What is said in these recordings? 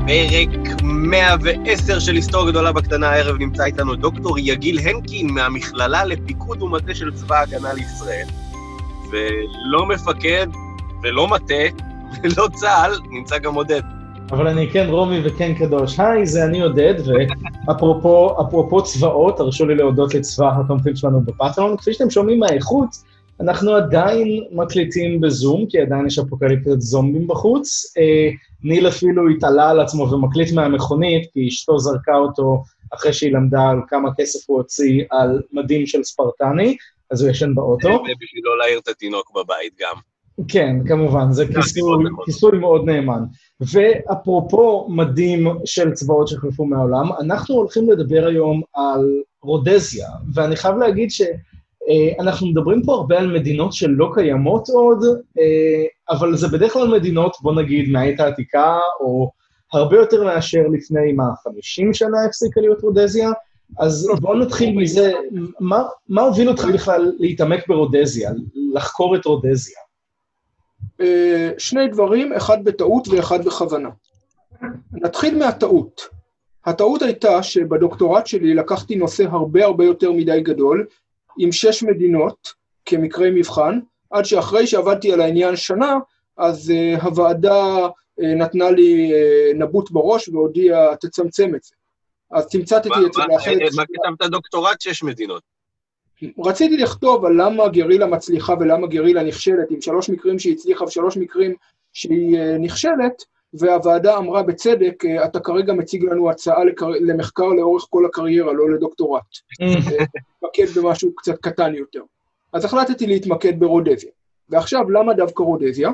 פרק 110 של היסטוריה גדולה בקטנה. הערב נמצא איתנו דוקטור יגיל הנקין מהמכללה לפיקוד ומטה של צבא ההגנה לישראל, ולא מפקד ולא מטה ולא צה"ל, נמצא גם עודד. אבל אני כן רומי וכן קדוש. היי, זה אני עודד, ואפרופו צבאות, תרשו לי להודות לצבא התומכים שלנו בפטריון. כפי שאתם שומעים מהאיכות, אנחנו עדיין מקליטים בזום, כי עדיין יש אפוקליפסת זומבים בחוץ. ניל אפילו התעלה על עצמו ומקליט מהמכונית, כי אשתו זרקה אותו אחרי שהיא למדה על כמה כסף הוא הוציא על מדים של ספרטני, אז הוא ישן באוטו. ובשביל לא להעיר את התינוק בבית גם. כן, כמובן, זה כיסוי מאוד נאמן. ואפרופו מדים של צבאות שחלפו מהעולם, אנחנו הולכים לדבר היום על רודזיה, ואני חייב להגיד שאנחנו מדברים פה הרבה על מדינות שלא קיימות עוד, אבל זה בדרך כלל מדינות, בוא נגיד, מהעת העתיקה, או הרבה יותר מאשר לפני 50 שנה הפסיקה להיות רודזיה, אז בואו נתחיל מזה, מה הוביל אותך בכלל להתעמק ברודזיה, לחקור את רודזיה? שני דברים, אחד בטעות ואחד בכוונה. נתחיל מהטעות. הטעות הייתה שבדוקטורט שלי לקחתי נושא הרבה יותר מדי גדול, עם 6 מדינות כמקרה מבחן, עד שאחרי שעבדתי על העניין שנה, אז הוועדה נתנה לי נבוט בראש והודיעה תצמצם את זה. אז תמצאתי את זה לאחרת. מה כתבת דוקטורט 6 מדינות? רציתי לכתוב על למה גרילה מצליחה ולמה גרילה נכשלת, עם 3 מקרים שהיא הצליחה ו3 מקרים שהיא נכשלת, והוועדה אמרה בצדק, אתה כרגע מציג לנו הצעה למחקר לאורך כל הקריירה, לא לדוקטורט. להתמקד במשהו קצת קטן יותר. אז החלטתי להתמקד ברודזיה. ועכשיו, למה דווקא רודזיה?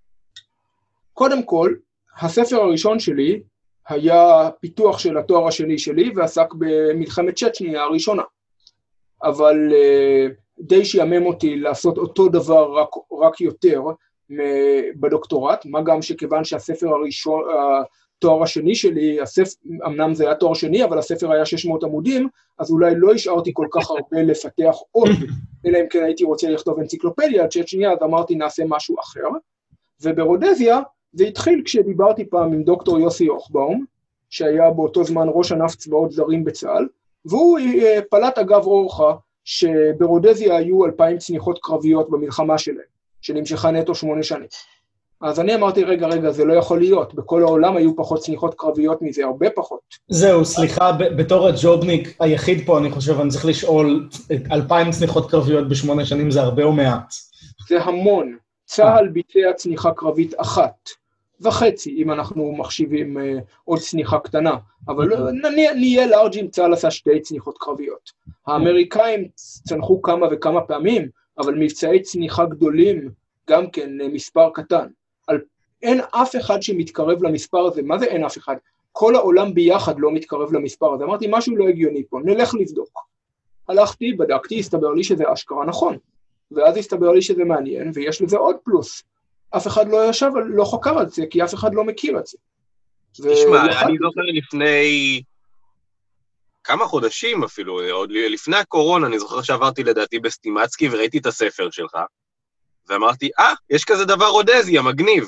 קודם כל, הספר הראשון שלי היה פיתוח של התואר השני שלי, ועסק במלחמת צ'צ'ניה הראשונה. אבל די שיאמם אותי לעשות אותו דבר רק יותר בדוקטורט, מה גם שכיוון שהספר הראשון, התואר השני שלי, אמנם זה היה תואר שני, אבל הספר היה 600 עמודים, אז אולי לא השארתי כל כך הרבה לפתח עוד, אלא אם כן הייתי רוצה לכתוב אנציקלופדיה על צ'צ'ניה, אז אמרתי נעשה משהו אחר, וברודזיה זה התחיל כשדיברתי פעם עם דוקטור יוסי אוכבאום, שהיה באותו זמן ראש ענף צבאות זרים בצה"ל, והוא פלט אגב אורחה שברודזיה היו 2,000 צניחות קרביות במלחמה שלהם, שנמשכה נטו 8 שנים. אז אני אמרתי, רגע, זה לא יכול להיות, בכל העולם היו פחות צניחות קרביות מזה, הרבה פחות. זהו, סליחה, בתור הג'ובניק היחיד פה, אני חושב, אני צריך לשאול, 2,000 צניחות קרביות ב8 שנים זה הרבה או מעט? זה המון. צה"ל ביצע צניחה קרבית 1.5, אם אנחנו מחשיבים עוד צניחה קטנה, אבל נהיה לארג' אם צה"ל עשה 2 צניחות קרביות. האמריקאים צנחו כמה וכמה פעמים, אבל מבצעי צניחה גדולים, גם כן מספר קטן. אין אף אחד שמתקרב למספר הזה. מה זה אין אף אחד? כל העולם ביחד לא מתקרב למספר הזה. אמרתי, משהו לא הגיוני פה, נלך לבדוק. הלכתי, בדקתי, הסתבר לי שזה אשכרה נכון. ואז הסתבר לי שזה מעניין, ויש לזה עוד פלוס. אף אחד לא ישב, לא חקר את זה, כי אף אחד לא מכיר את זה. תשמע, אני זוכר לפני כמה חודשים אפילו, עוד לפני הקורונה, אני זוכר שעברתי לדעתי בסטימצקי, וראיתי את הספר שלך, ואמרתי, יש כזה דבר רודזיה, מגניב.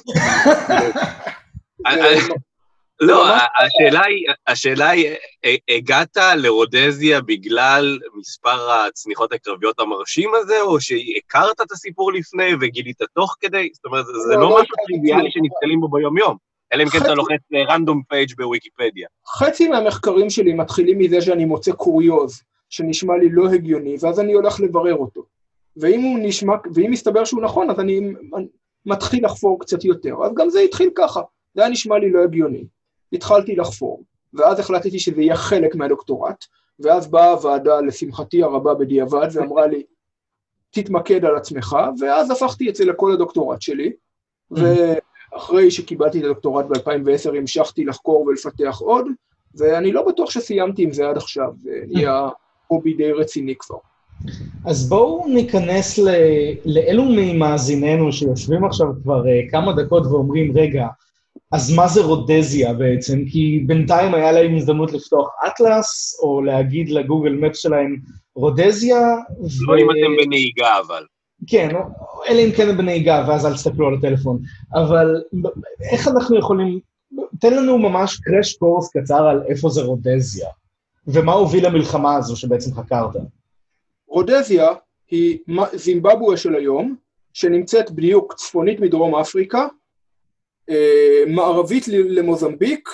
לא, השאלה היא, הגעת לרודזיה בגלל מספר הצניחות הקרביות המרשים הזה, או שהכרת את הסיפור לפני וגילית תוך כדי? זאת אומרת, זה לא משהו טריוויאלי שנתקלים בו ביום יום, אלא אם כן אתה לוחץ רנדום פייג' בוויקיפדיה. חצי מהמחקרים שלי מתחילים מזה שאני מוצא קוריוז, שנשמע לי לא הגיוני, ואז אני הולך לברר אותו. ואם מסתבר שהוא נכון, אז אני מתחיל לחפור קצת יותר. אז גם זה התחיל ככה, זה היה נשמע לי לא הגיוני. התחלתי לחפור, ואז החלטתי שזה יהיה חלק מהדוקטורט, ואז באה הוועדה לשמחתי הרבה בדיעבד, ואמרה לי, תתמקד על עצמך, ואז הפכתי את זה לכל הדוקטורט שלי, ואחרי שקיבלתי את הדוקטורט ב-2010, המשכתי לחקור ולפתח עוד, ואני לא בטוח שסיימתי עם זה עד עכשיו, זה נהיה הובי די רציני כבר. אז בואו ניכנס לאלו ממאזיננו שיושבים עכשיו כבר כמה דקות ואומרים, רגע, אז מה זה רודזיה בעצם? כי בינתיים היה להם הזדמנות לפתוח אטלס, או להגיד לגוגל מפ שלהם רודזיה. לא אם אתם בנהיגה, אבל. כן, אלא אם כן בנהיגה, ואז אל תסתכלו על הטלפון. אבל איך אנחנו יכולים תן לנו ממש קרש קורס קצר על איפה זה רודזיה, ומה הוביל למלחמה הזו שבעצם חקרת. רודזיה היא זימבבואה של היום, שנמצאת בדיוק צפונית מדרום אפריקה, מערבית למוזמביק,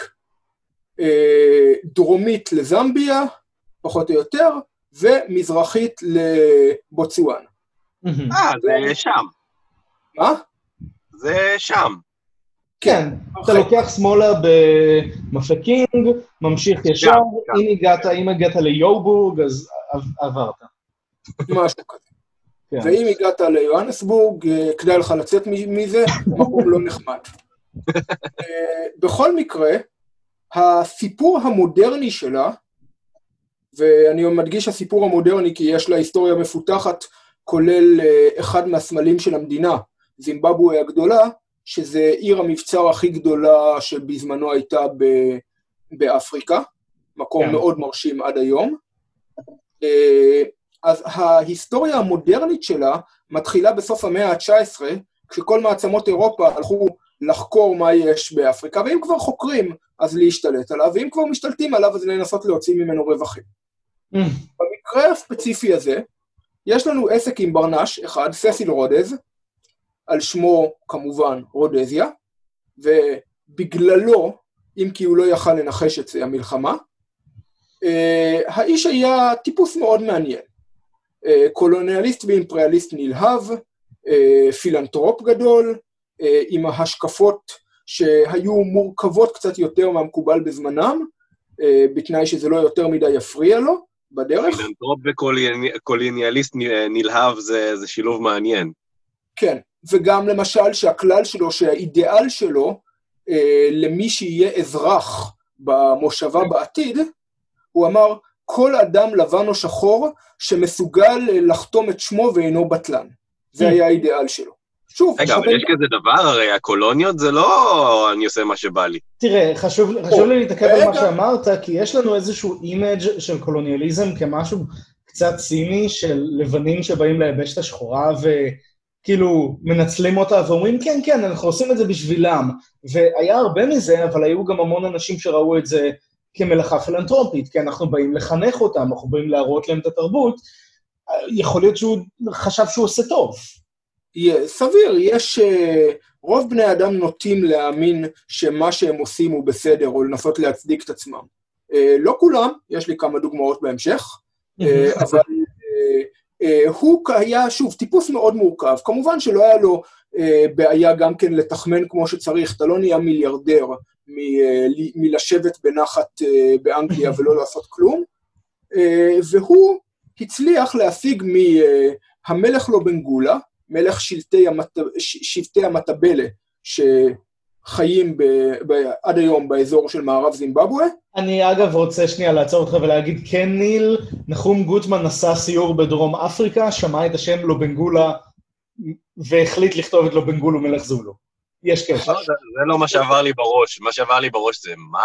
דרומית לזמביה, פחות או יותר, ומזרחית לבוצואן. זה שם. מה? זה שם. כן, אתה לוקח שמאלה במפקינג, ממשיך ישר, אם הגעת ליובורג, אז עברת. משהו כזה. ואם הגעת ליוהנסבורג, כדאי לך לצאת מזה, מקום לא נחמד. בכל מקרה, הסיפור המודרני שלה, ואני מדגיש הסיפור המודרני כי יש לה היסטוריה מפותחת, כולל אחד מהסמלים של המדינה, זימבבואה הגדולה, שזה עיר המבצר הכי גדולה שבזמנו הייתה באפריקה, מקום מאוד מרשים עד היום. אז ההיסטוריה המודרנית שלה מתחילה בסוף המאה ה-19, כשכל מעצמות אירופה הלכו לחקור מה יש באפריקה, ואם כבר חוקרים, אז להשתלט עליו, ואם כבר משתלטים עליו, אז לנסות להוציא ממנו רווחים. במקרה הספציפי הזה, יש לנו עסק עם ברנש אחד, ססיל רודז, על שמו כמובן רודזיה, ובגללו, אם כי הוא לא יכל לנחש את זה המלחמה, האיש היה טיפוס מאוד מעניין. קולוניאליסט ואימפריאליסט נלהב, פילנטרופ גדול, עם ההשקפות שהיו מורכבות קצת יותר מהמקובל בזמנם, בתנאי שזה לא יותר מדי יפריע לו בדרך. פילנטרופ וקולוניאליסט נלהב זה שילוב מעניין. כן, וגם למשל שהכלל שלו, שהאידיאל שלו, למי שיהיה אזרח במושבה בעתיד, הוא אמר, כל אדם לבן או שחור שמסוגל לחתום את שמו ואינו בטלן. זה היה האידיאל שלו. שוב, רגע, אבל יש כזה דבר, הרי הקולוניות זה לא אני עושה מה שבא לי. תראה, חשוב לי להתעכב על מה שאמרת, כי יש לנו איזשהו אימג' של קולוניאליזם כמשהו קצת ציני של לבנים שבאים ליבשת השחורה וכאילו מנצלים אותה ואומרים כן, אנחנו עושים את זה בשבילם. והיה הרבה מזה, אבל היו גם המון אנשים שראו את זה כמלאכה פילנטרופית, כי אנחנו באים לחנך אותם, אנחנו באים להראות להם את התרבות, יכול להיות שהוא חשב שהוא עושה טוב. סביר, יש רוב בני אדם נוטים להאמין שמה שהם עושים הוא בסדר, או לנסות להצדיק את עצמם. לא כולם, יש לי כמה דוגמאות בהמשך, אבל הוא היה, שוב, טיפוס מאוד מורכב, כמובן שלא היה לו בעיה גם כן לתחמן כמו שצריך, אתה לא נהיה מיליארדר מלשבת בנחת באנגליה ולא לעשות כלום, והוא הצליח להשיג מהמלך לובנגולה, מלך שבטי המטבלה, שחיים עד היום באזור של מערב זימבבואה. אני אגב רוצה שנייה לעצור אותך ולהגיד, כן ניל, נחום גוטמן נסע סיור בדרום אפריקה, שמע את השם לובנגולה, והחליט לכתוב את לובנגולו מלך זולו. יש קשר. זה לא מה שעבר לי בראש, מה שעבר לי בראש זה מה?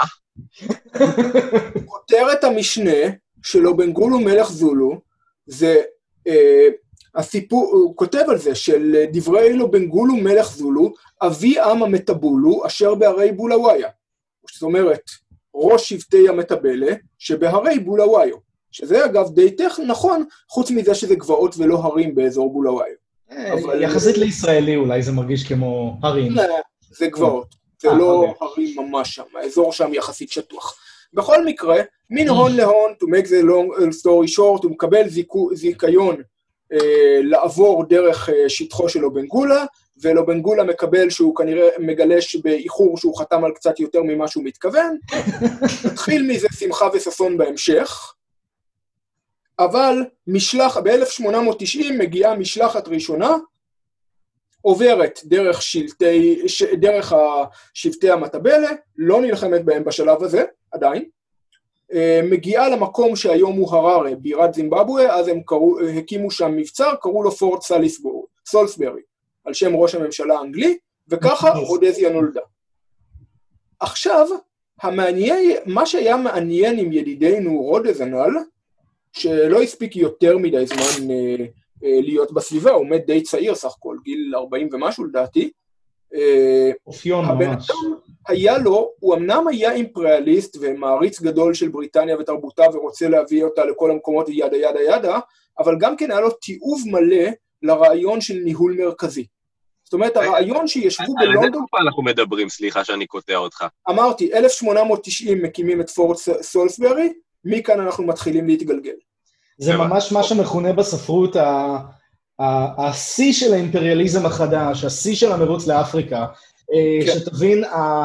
כותרת המשנה של לובנגולו מלך זולו, זה הסיפור, הוא כותב על זה, של דברי לובנגולו מלך זולו, אבי עם המטבולו, אשר בהרי בולאוויה. זאת אומרת, ראש שבטי המטבלה, שבהרי בולאוויה. שזה אגב די נכון, חוץ מזה שזה גבעות ולא הרים באזור בולאוויה. יחסית לישראלי אולי זה מרגיש כמו הרים. זה גבעות, זה לא הרים ממש שם, האזור שם יחסית שטוח. בכל מקרה, מן הון להון, to make the long story short, הוא מקבל זיכיון לעבור דרך שטחו של לובנגולה, ולובנגולה מקבל שהוא כנראה מגלש באיחור שהוא חתם על קצת יותר ממה שהוא מתכוון, התחיל מזה שמחה וססון בהמשך, אבל ב-1890 מגיעה משלחת ראשונה, עוברת דרך שבטי המטבלה, לא נלחמת בהם בשלב הזה, עדיין, מגיעה למקום שהיום הוא הררה, בירת זימבבואה, אז הם הקימו שם מבצר, קראו לו פורט סולסברי, על שם ראש הממשלה האנגלי, וככה רודזיה נולדה. עכשיו, מה שהיה מעניין עם ידידנו רודז הנ"ל, שלא הספיק יותר מדי זמן להיות בסביבה, הוא מת די צעיר סך הכל, גיל 40 ומשהו לדעתי, היה לו, הוא אמנם היה אימפריאליסט ומעריץ גדול של בריטניה ותרבותה ורוצה להביא אותה לכל המקומות ידה ידה ידה, אבל גם כן היה לו תיעוב מלא לרעיון של ניהול מרכזי. זאת אומרת, הרעיון שישבו בלונדון... על איזה תקופה אנחנו מדברים, סליחה שאני קוטע אותך. אמרתי, 1890 מקימים את פורט סולסברי, מכאן אנחנו מתחילים להתגלגל. זה ממש מה שמכונה בספרות השיא של האימפריאליזם החדש, השיא של המרוץ לאפריקה, שתבין,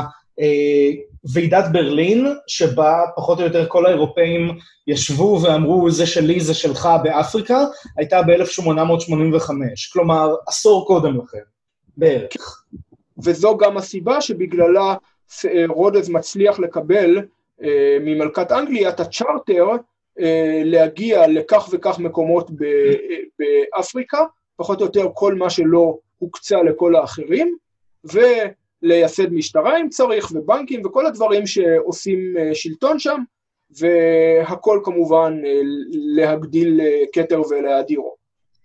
ועידת ברלין, שבה פחות או יותר כל האירופאים ישבו ואמרו, זה שלי, זה שלך באפריקה, הייתה ב-1885, כלומר, עשור קודם לכן, בערך. וזו גם הסיבה שבגללה רודז מצליח לקבל ממלכת אנגליה את הצ'ארטר, להגיע לכך וכך מקומות באפריקה, פחות או יותר כל מה שלא הוקצה לכל האחרים, ולייסד משטרה אם צריך, ובנקים וכל הדברים שעושים שלטון שם, והכל כמובן להגדיל כתר ולהדירו.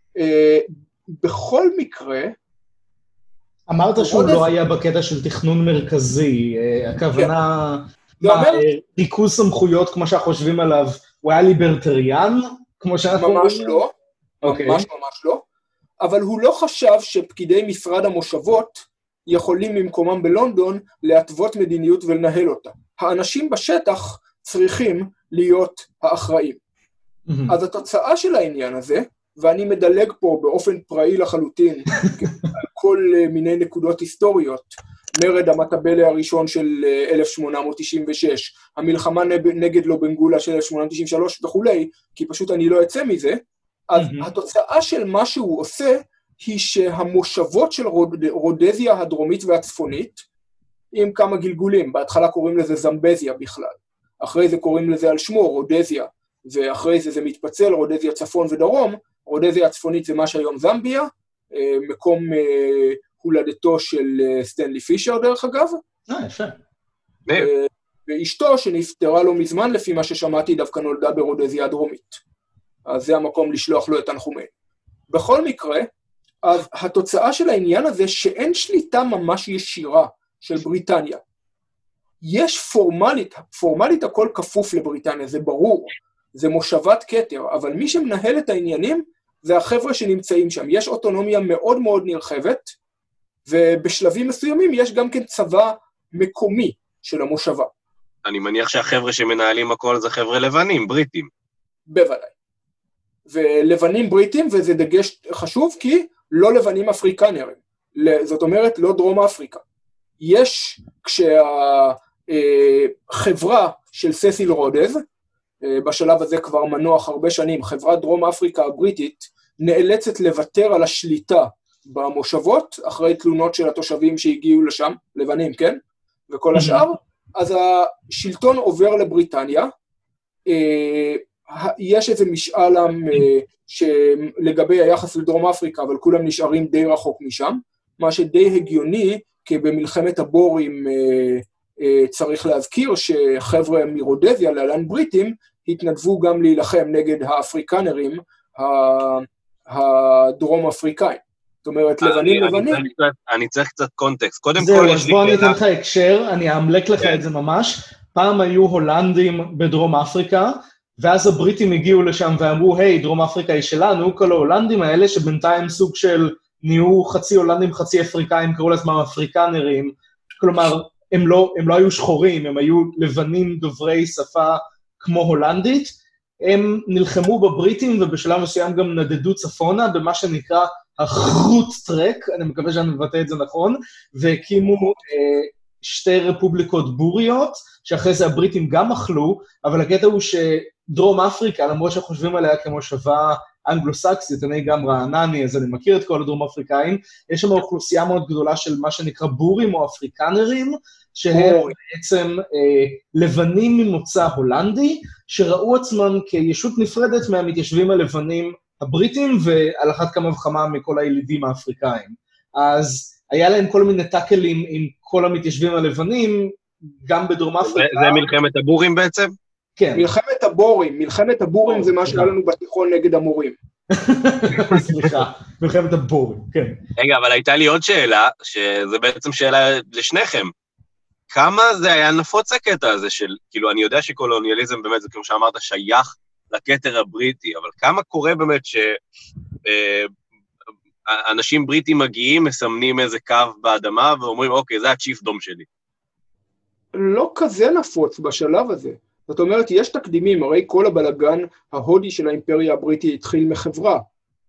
בכל מקרה... אמרת שהוא לא היה בקטע של תכנון מרכזי, הכוונה... ריכוז סמכויות כמו שאנחנו חושבים עליו, הוא היה ליברטריאן, כמו שאנחנו... ממש לא, ממש לא, אבל הוא לא חשב שפקידי משרד המושבות יכולים ממקומם בלונדון להתוות מדיניות ולנהל אותה. האנשים בשטח צריכים להיות האחראים. אז התוצאה של העניין הזה, ואני מדלג פה באופן פראי לחלוטין, כל מיני נקודות היסטוריות, מרד המטבלה הראשון של 1896, המלחמה נגד לובנגולה של 1893 וכולי, כי פשוט אני לא אצא מזה, אז התוצאה של מה שהוא עושה, היא שהמושבות של רודזיה הדרומית והצפונית, עם כמה גלגולים, בהתחלה קוראים לזה זמבזיה בכלל, אחרי זה קוראים לזה על שמו, רודזיה, ואחרי זה מתפצל, רודזיה צפון ודרום, רודזיה הצפונית זה מה שהיום זמביה, מקום הולדתו של סטנלי פישר דרך אגב, יפה. ואשתו שנפטרה לו מזמן, לפי מה ששמעתי, דווקא נולדה ברודזיה הדרומית. אז זה המקום לשלוח לו את תנחומינו. בכל מקרה, אז התוצאה של העניין הזה, שאין שליטה ממש ישירה של בריטניה. יש פורמלית הכל כפוף לבריטניה, זה ברור, זה מושבת כתר, אבל מי שמנהל את העניינים, זה החבר'ה שנמצאים שם. יש אוטונומיה מאוד מאוד נרחבת, ובשלבים מסוימים יש גם כן צבא מקומי של המושבה. אני מניח שהחבר'ה שמנהלים הכל זה חבר'ה לבנים, בריטים. בוודאי. ולבנים בריטים, וזה דגש חשוב, כי לא לבנים אפריקנרים. זאת אומרת, לא דרום אפריקה. יש, כשהחברה של ססיל רודז, בשלב הזה כבר מנוח הרבה שנים, חברת דרום אפריקה הבריטית, נאלצת לוותר על השליטה במושבות, אחרי תלונות של התושבים שהגיעו לשם, לבנים, כן? וכל השאר, אז השלטון עובר לבריטניה, יש איזה משאל עם שלגבי היחס לדרום אפריקה, אבל כולם נשארים די רחוק משם, מה שדי הגיוני, כי במלחמת הבורים צריך להזכיר שחבר'ה מרודזיה, להלן בריטים, התנדבו גם להילחם נגד האפריקנרים הדרום אפריקאים. זאת אומרת, לבנים. אני צריך קצת קונטקסט. קודם כל, אז בוא אני אתן לך הקשר, אני אעמלק לך את זה ממש. פעם היו הולנדים בדרום אפריקה, ואז הבריטים הגיעו לשם ואמרו, היי, דרום אפריקה היא שלנו, כל ההולנדים האלה שבינתיים סוג של נהיו חצי הולנדים, חצי אפריקאים, קראו לעצמם אפריקנרים, כלומר, הם לא היו שחורים, הם היו לבנים דוברי שפה כמו הולנדית, הם נלחמו בבריטים ובשלב מסוים גם נדדו צפונה במה שנקרא החרוט טרק, אני מקווה שאני מבטא את זה נכון, והקימו שתי רפובליקות בוריות, שאחרי זה הבריטים גם אכלו, אבל הקטע הוא שדרום אפריקה, למרות שחושבים עליה כמושבה אנגלו-סקסית, אני גם רענני, אז אני מכיר את כל הדרום אפריקאים, יש שם אוכלוסייה מאוד גדולה של מה שנקרא בורים או אפריקנרים, שהם בעצם לבנים ממוצא הולנדי, שראו עצמם כישות נפרדת מהמתיישבים הלבנים הבריטים, ועל אחת כמה וכמה מכל הילידים האפריקאים. אז היה להם כל מיני טאקלים עם כל המתיישבים הלבנים, גם בדרום אפריקה. זה מלחמת הבורים בעצם? כן. מלחמת הבורים זה מה שהיה לנו בתיכון נגד המורים. סליחה, מלחמת הבורים, כן. רגע, אבל הייתה לי עוד שאלה, שזה בעצם שאלה לשניכם. כמה זה היה נפוץ הקטע הזה של, כאילו, אני יודע שקולוניאליזם באמת, זה כמו שאמרת, שייך לכתר הבריטי, אבל כמה קורה באמת שאנשים בריטים מגיעים, מסמנים איזה קו באדמה, ואומרים, אוקיי, זה הצ'יפדום שלי. לא כזה נפוץ בשלב הזה. זאת אומרת, יש תקדימים, הרי כל הבלגן ההודי של האימפריה הבריטית התחיל מחברה.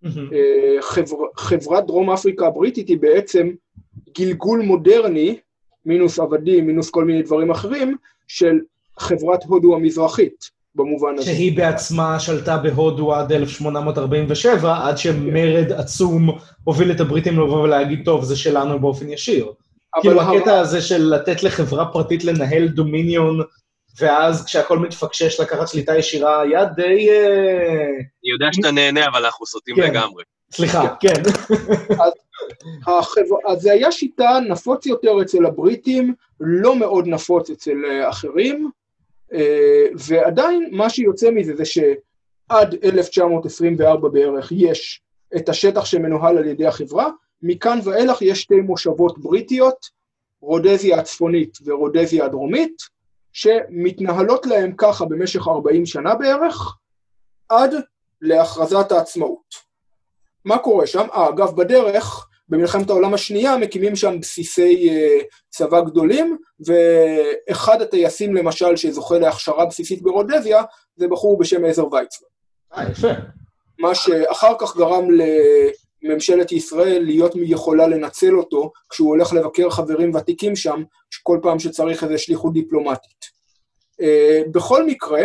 חברת דרום אפריקה הבריטית היא בעצם גלגול מודרני, מינוס עבדים, מינוס כל מיני דברים אחרים, של חברת הודו המזרחית, במובן הזה. שהיא בעצמה שלטה בהודו עד 1847, עד שמרד עצום הוביל את הבריטים לבוא ולהגיד, טוב, זה שלנו באופן ישיר. כאילו הקטע הזה של לתת לחברה פרטית לנהל דומיניון, ואז כשהכל מתפקשש לקחת שליטה ישירה, היה די... אני יודע שאתה נהנה, אבל אנחנו סוטים לגמרי. סליחה, כן. אז זה היה שיטה נפוץ יותר אצל הבריטים, לא מאוד נפוץ אצל אחרים, ועדיין מה שיוצא מזה זה שעד 1924 בערך יש את השטח שמנוהל על ידי החברה, מכאן ואילך יש שתי מושבות בריטיות, רודזיה הצפונית ורודזיה הדרומית, שמתנהלות להם ככה במשך 40 שנה בערך, עד להכרזת העצמאות. מה קורה שם? אגב, בדרך, במלחמת העולם השנייה, מקימים שם בסיסי צבא גדולים, ואחד הטייסים למשל שזוכה להכשרה בסיסית ברודזיה, זה בחור בשם עזר ויצמן. יפה. מה שאחר כך גרם לממשלת ישראל להיות יכולה לנצל אותו, כשהוא הולך לבקר חברים ותיקים שם, כל פעם שצריך איזו שליחות דיפלומטית. בכל מקרה,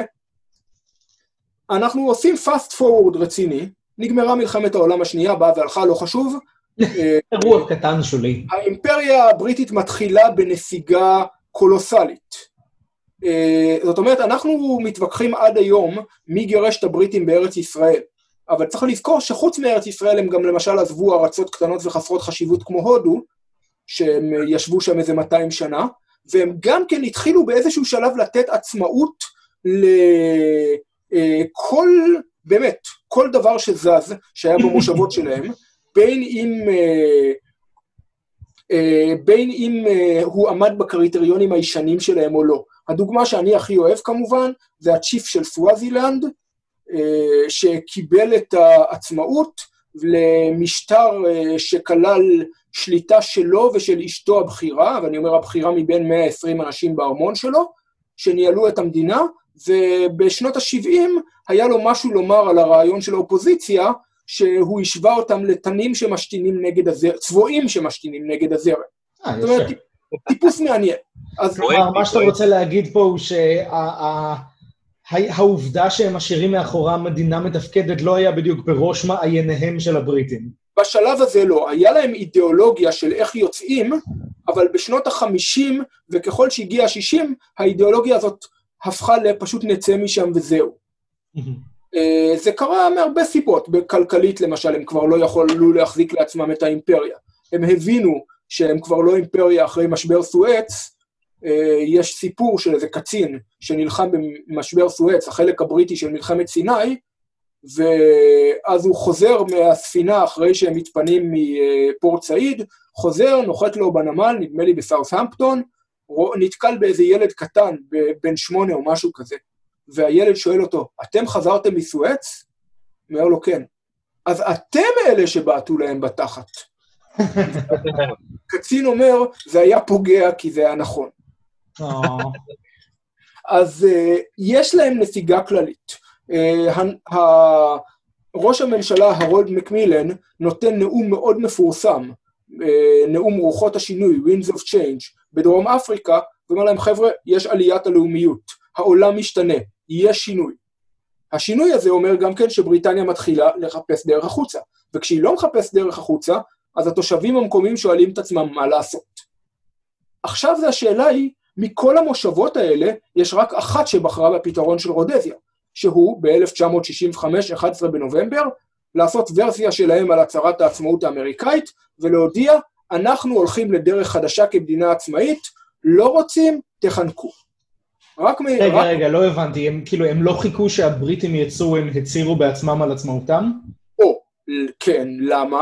אנחנו עושים fast forward רציני, נגמרה מלחמת העולם השנייה, באה והלכה, לא חשוב. אירוע קטן שולי. האימפריה הבריטית מתחילה בנסיגה קולוסלית. זאת אומרת, אנחנו מתווכחים עד היום מי גירש את הבריטים בארץ ישראל, אבל צריך לזכור שחוץ מארץ ישראל הם גם למשל עזבו ארצות קטנות וחסרות חשיבות כמו הודו, שהם ישבו שם איזה 200 שנה, והם גם כן התחילו באיזשהו שלב לתת עצמאות לכל, באמת, כל דבר שזז, שהיה במושבות שלהם, בין אם הוא עמד בקריטריונים הישנים שלהם או לא. הדוגמה שאני הכי אוהב כמובן, זה הצ'יף של סוואזילנד, שקיבל את העצמאות למשטר שכלל שליטה שלו ושל אשתו הבחירה, ואני אומר הבחירה מבין 120 אנשים בארמון שלו, שניהלו את המדינה, ובשנות ה-70 היה לו משהו לומר על הרעיון של האופוזיציה, שהוא השווה אותם לתנים שמשתינים נגד הזרם, צבועים שמשתינים נגד הזרם. זאת אומרת, טיפוס מעניין. מה שאתה רוצה להגיד פה הוא שהעובדה שהם משאירים מאחורה מדינה מתפקדת לא היה בדיוק בראש מעייניהם של הבריטים. בשלב הזה לא, היה להם אידיאולוגיה של איך יוצאים, אבל בשנות ה-50 וככל שהגיע ה-60, האידיאולוגיה הזאת הפכה לפשוט נצא משם וזהו. זה קרה מהרבה סיבות, בכלכלית למשל, הם כבר לא יכולו להחזיק לעצמם את האימפריה. הם הבינו שהם כבר לא אימפריה אחרי משבר סואץ, יש סיפור של איזה קצין שנלחם במשבר סואץ, החלק הבריטי של מלחמת סיני, ואז הוא חוזר מהספינה אחרי שהם מתפנים מפורט סעיד, חוזר, נוחת לו בנמל, נדמה לי בסאות'המפטון, נתקל באיזה ילד קטן, בן 8 או משהו כזה, והילד שואל אותו, אתם חזרתם מסואץ? אומר לו, כן. אז אתם אלה שבעטו להם בתחת. קצין אומר, זה היה פוגע כי זה היה נכון. אז יש להם נסיגה כללית. ראש הממשלה הרולד מקמילן נותן נאום מאוד מפורסם, נאום רוחות השינוי, Winds of Change, בדרום אפריקה, ואומר להם, חבר'ה, יש עליית הלאומיות, העולם משתנה, יש שינוי. השינוי הזה אומר גם כן שבריטניה מתחילה לחפש דרך החוצה, וכשהיא לא מחפש דרך החוצה, אז התושבים המקומיים שואלים את עצמם מה לעשות. עכשיו זה השאלה היא, מכל המושבות האלה, יש רק אחת שבחרה בפתרון של רודזיה, שהוא ב-1965, 11 בנובמבר, לעשות ורסיה שלהם על הצהרת העצמאות האמריקאית, ולהודיע, אנחנו הולכים לדרך חדשה כמדינה עצמאית, לא רוצים, תחנקו. רגע, לא הבנתי, הם לא חיכו שהבריטים יצאו, הם הצירו בעצמם על עצמאותם? כן, למה?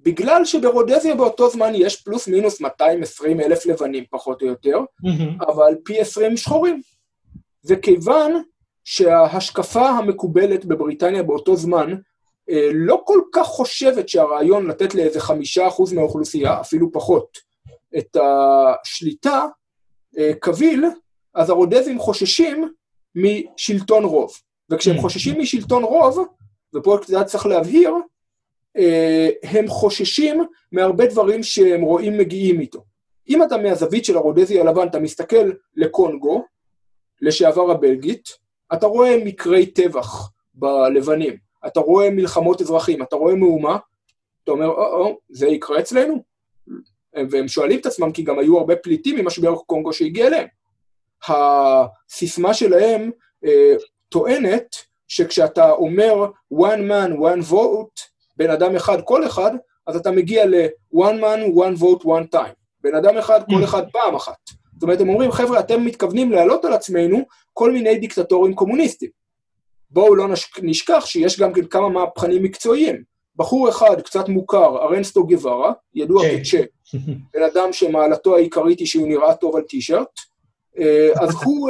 בגלל שברודזיה באותו זמן יש פלוס מינוס 220,000 לבנים פחות או יותר, אבל פי 20 שחורים. וכיוון שההשקפה המקובלת בבריטניה באותו זמן, לא כל כך חושבת שהרעיון לתת לאיזה 5% מהאוכלוסייה, אפילו פחות, את השליטה, קביל, אז הרודזים חוששים משלטון רוב. וכשהם חוששים משלטון רוב, ופה קצת צריך להבהיר, הם חוששים מהרבה דברים שהם רואים מגיעים איתו. אם אתה מהזווית של הרודזי הלבן, אתה מסתכל לקונגו, לשעבר הבלגית, אתה רואה מקרי טבח בלבנים, אתה רואה מלחמות אזרחים, אתה רואה מהומה, אתה אומר, זה יקרה אצלנו? והם שואלים את עצמם, כי גם היו הרבה פליטים ממשבר קונגו שהגיע אליהם. הסיסמה שלהם טוענת שכשאתה אומר one man, one vote, בן אדם אחד, כל אחד, אז אתה מגיע ל-one man, one vote, one time. בן אדם אחד, כל אחד פעם אחת. זאת אומרת, הם אומרים, חבר'ה, אתם מתכוונים להעלות על עצמנו כל מיני דיקטטורים קומוניסטים. בואו לא נשכח שיש גם כמה מהפכנים מקצועיים. בחור אחד קצת מוכר, ארנסטו גווארה, ידוע כצ'ה, בן אדם שמעלתו העיקרית היא שהוא נראה טוב על טישרט, אז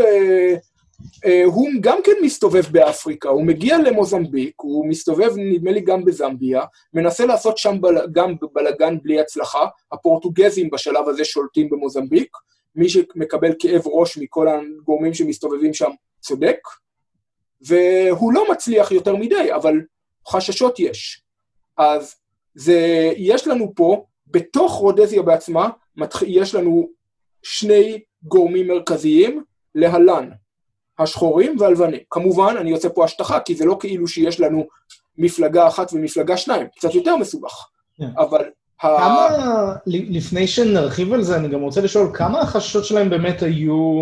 הוא גם כן מסתובב באפריקה, הוא מגיע למוזמביק, הוא מסתובב נדמה לי גם בזמביה, מנסה לעשות שם גם בלגן בלי הצלחה, הפורטוגזים בשלב הזה שולטים במוזמביק, מי שמקבל כאב ראש מכל הגורמים שמסתובבים שם צודק, והוא לא מצליח יותר מדי, אבל חששות יש. אז יש לנו פה, בתוך רודזיה בעצמה, יש לנו שני גורמים מרכזיים, להלן, השחורים והלבנים. כמובן, אני יוצא פה השטחה, כי זה לא כאילו שיש לנו מפלגה אחת ומפלגה שניים, קצת יותר מסובך. אבל לפני שנרחיב על זה, אני גם רוצה לשאול, כמה החששות שלהם באמת היו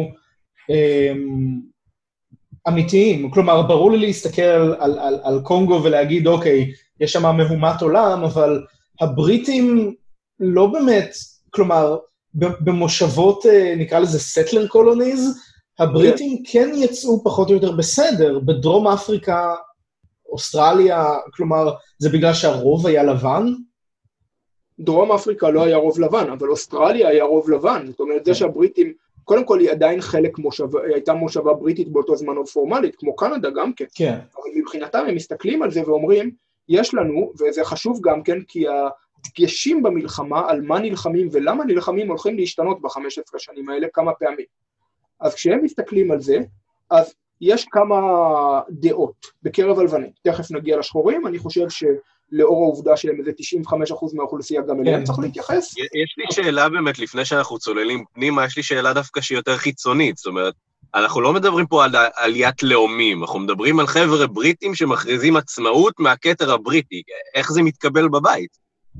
אמיתיים? כלומר, ברור לי להסתכל על קונגו ולהגיד, אוקיי, יש שם מהומת עולם, אבל הבריטים לא באמת, כלומר, במושבות, נקרא לזה סטלר קולוניז, הבריטים כן יצאו פחות או יותר בסדר, בדרום אפריקה, אוסטרליה, כלומר, זה בגלל שהרוב היה לבן? דרום אפריקה לא היה רוב לבן, אבל אוסטרליה היה רוב לבן, זאת אומרת, זה שהבריטים, קודם כל היא עדיין חלק הייתה מושבה בריטית באותו זמן פורמלית, כמו קנדה גם כן, כן. אבל מבחינתם הם מסתכלים על זה ואומרים, יש לנו, וזה חשוב גם כן, כי הדגשים במלחמה על מה נלחמים ולמה נלחמים הולכים להשתנות ב-15 שנים האלה כמה פעמים. אז כשהם מסתכלים על זה, אז יש כמה דעות בקרב הלבנים. תכף נגיע לשחורים, אני חושב שלאור העובדה שהם איזה 95% מהאוכלוסייה גם אליהם צריך להתייחס. יש לי שאלה באמת, לפני שאנחנו צוללים פנימה, יש לי שאלה דווקא שהיא יותר חיצונית, זאת אומרת, אנחנו לא מדברים פה על עליית לאומים, אנחנו מדברים על חבר'ה בריטים שמכריזים עצמאות מהכתר הבריטי, איך זה מתקבל בבית?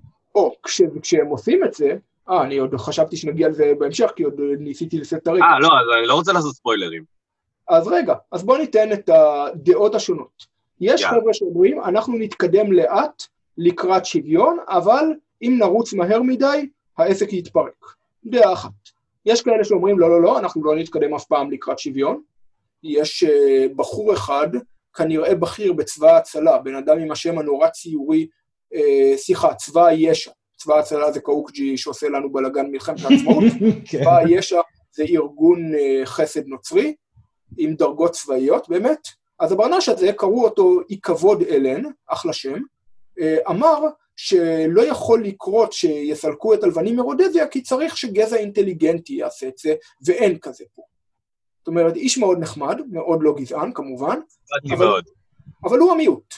כשהם עושים את זה, אני עוד חשבתי שנגיע על זה בהמשך, כי עוד ניסיתי לסת את הרקע. לא, אז אני לא רוצה לעשות ספוילרים. אז רגע, אז בוא ניתן את הדעות השונות. יש חבר'ה שאומרים, אנחנו נתקדם לאט לקראת שוויון, אבל אם נרוץ מהר מדי, העסק יתפרק. דעה אחת. יש כאלה שאומרים, לא, אנחנו לא נתקדם אף פעם לקראת שוויון. יש בחור אחד, כנראה בכיר בצבא ההצלה, בן אדם עם השם הנורא ציורי, צבא הישע. צבא ההצלה זה קאוקג'י שעושה לנו בלגן מלחמת העצמאות. צבא הישע זה ארגון חסד נוצרי, עם דרגות צבאיות באמת. אז הברנש הזה, קראו אותו אי-כבוד אלן, אחלה שם, אמר שלא יכול לקרות שיסלקו את הלבנים מרודזיה, כי צריך שגזע אינטליגנטי יעשה את זה, ואין כזה פה. זאת אומרת, איש מאוד נחמד, מאוד לא גזען כמובן, אבל הוא המיעוט.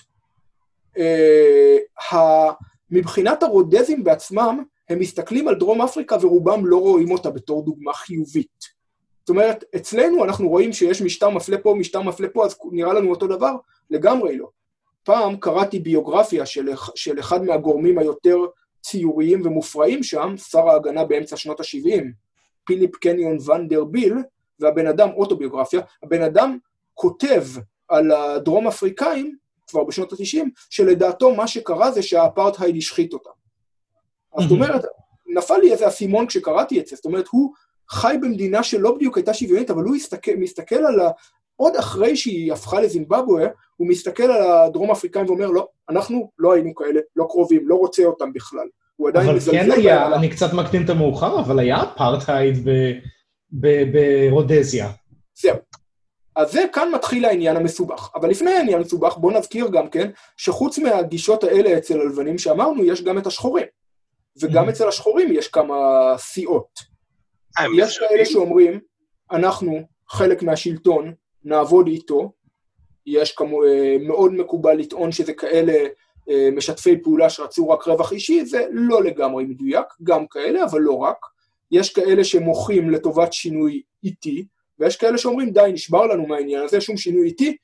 מבחינת הרודזים בעצמם, הם מסתכלים על דרום אפריקה ורובם לא רואים אותה בתור דוגמה חיובית. זאת אומרת, אצלנו אנחנו רואים שיש משטר מפלה פה, משטר מפלה פה, אז נראה לנו אותו דבר, לגמרי לא. פעם קראתי ביוגרפיה של אחד מהגורמים היותר ציוריים ומופרעים שם, שר ההגנה באמצע שנות ה-70, פיליפ קניון ונדרביל, והבן אדם, אוטוביוגרפיה, הבן אדם כותב על הדרום אפריקאים, כבר בשנות ה-90, שלדעתו מה שקרה זה שהאפרטהייד השחית אותם. אז זאת אומרת, נפל לי איזה אסימון כשקראתי את זה, זאת אומרת, הוא חי במדינה שלא בדיוק הייתה שוויונית, אבל הוא מסתכל על עוד אחרי שהיא הפכה לזימבבואה, הוא מסתכל על הדרום אפריקאים ואומר, לא, אנחנו לא היינו כאלה, לא קרובים, לא רוצה אותם בכלל. הוא עדיין אבל מזלזל. כן היה, אני קצת מקטין את המאוחר, אבל היה אפרטהייד ברודזיה. זהו. אז זה כאן מתחיל העניין המסובך. אבל לפני העניין המסובך, בוא נזכיר גם כן, שחוץ מהגישות האלה אצל הלבנים שאמרנו, יש גם את השחורים. וגם אצל השחורים יש כמה סיעות. יש כאלה שאומרים, אנחנו חלק מהשלטון, נעבוד איתו, יש מאוד מקובל לטעון שזה כאלה משתפי פעולה שרצו רק רווח אישי, זה לא לגמרי מדויק, גם כאלה, אבל לא רק. יש כאלה שמוחים לטובת שינוי איטי, ויש כאלה שאומרים, די, נשבר לנו מהעניין הזה, שום שינוי איטי,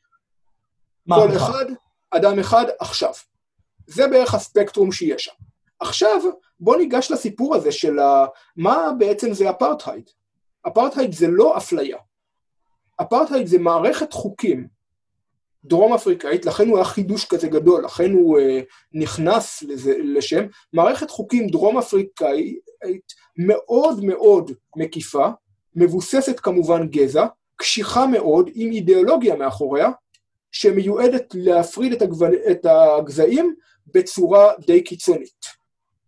כל אחד, אדם אחד, עכשיו. זה בערך הספקטרום שיש שם. עכשיו, בוא ניגש לסיפור הזה של מה בעצם זה אפרטהייד. אפרטהייד זה לא אפליה. אפרטהייד זה מערכת חוקים דרום אפריקאית, לכן הוא היה חידוש כזה גדול, לכן הוא נכנס לשם, מערכת חוקים דרום אפריקאית מאוד מאוד מקיפה, מבוססת כמובן גזע, קשיחה מאוד, עם אידיאולוגיה מאחוריה, שמיועדת להפריד את הגזעים בצורה די קיצונית.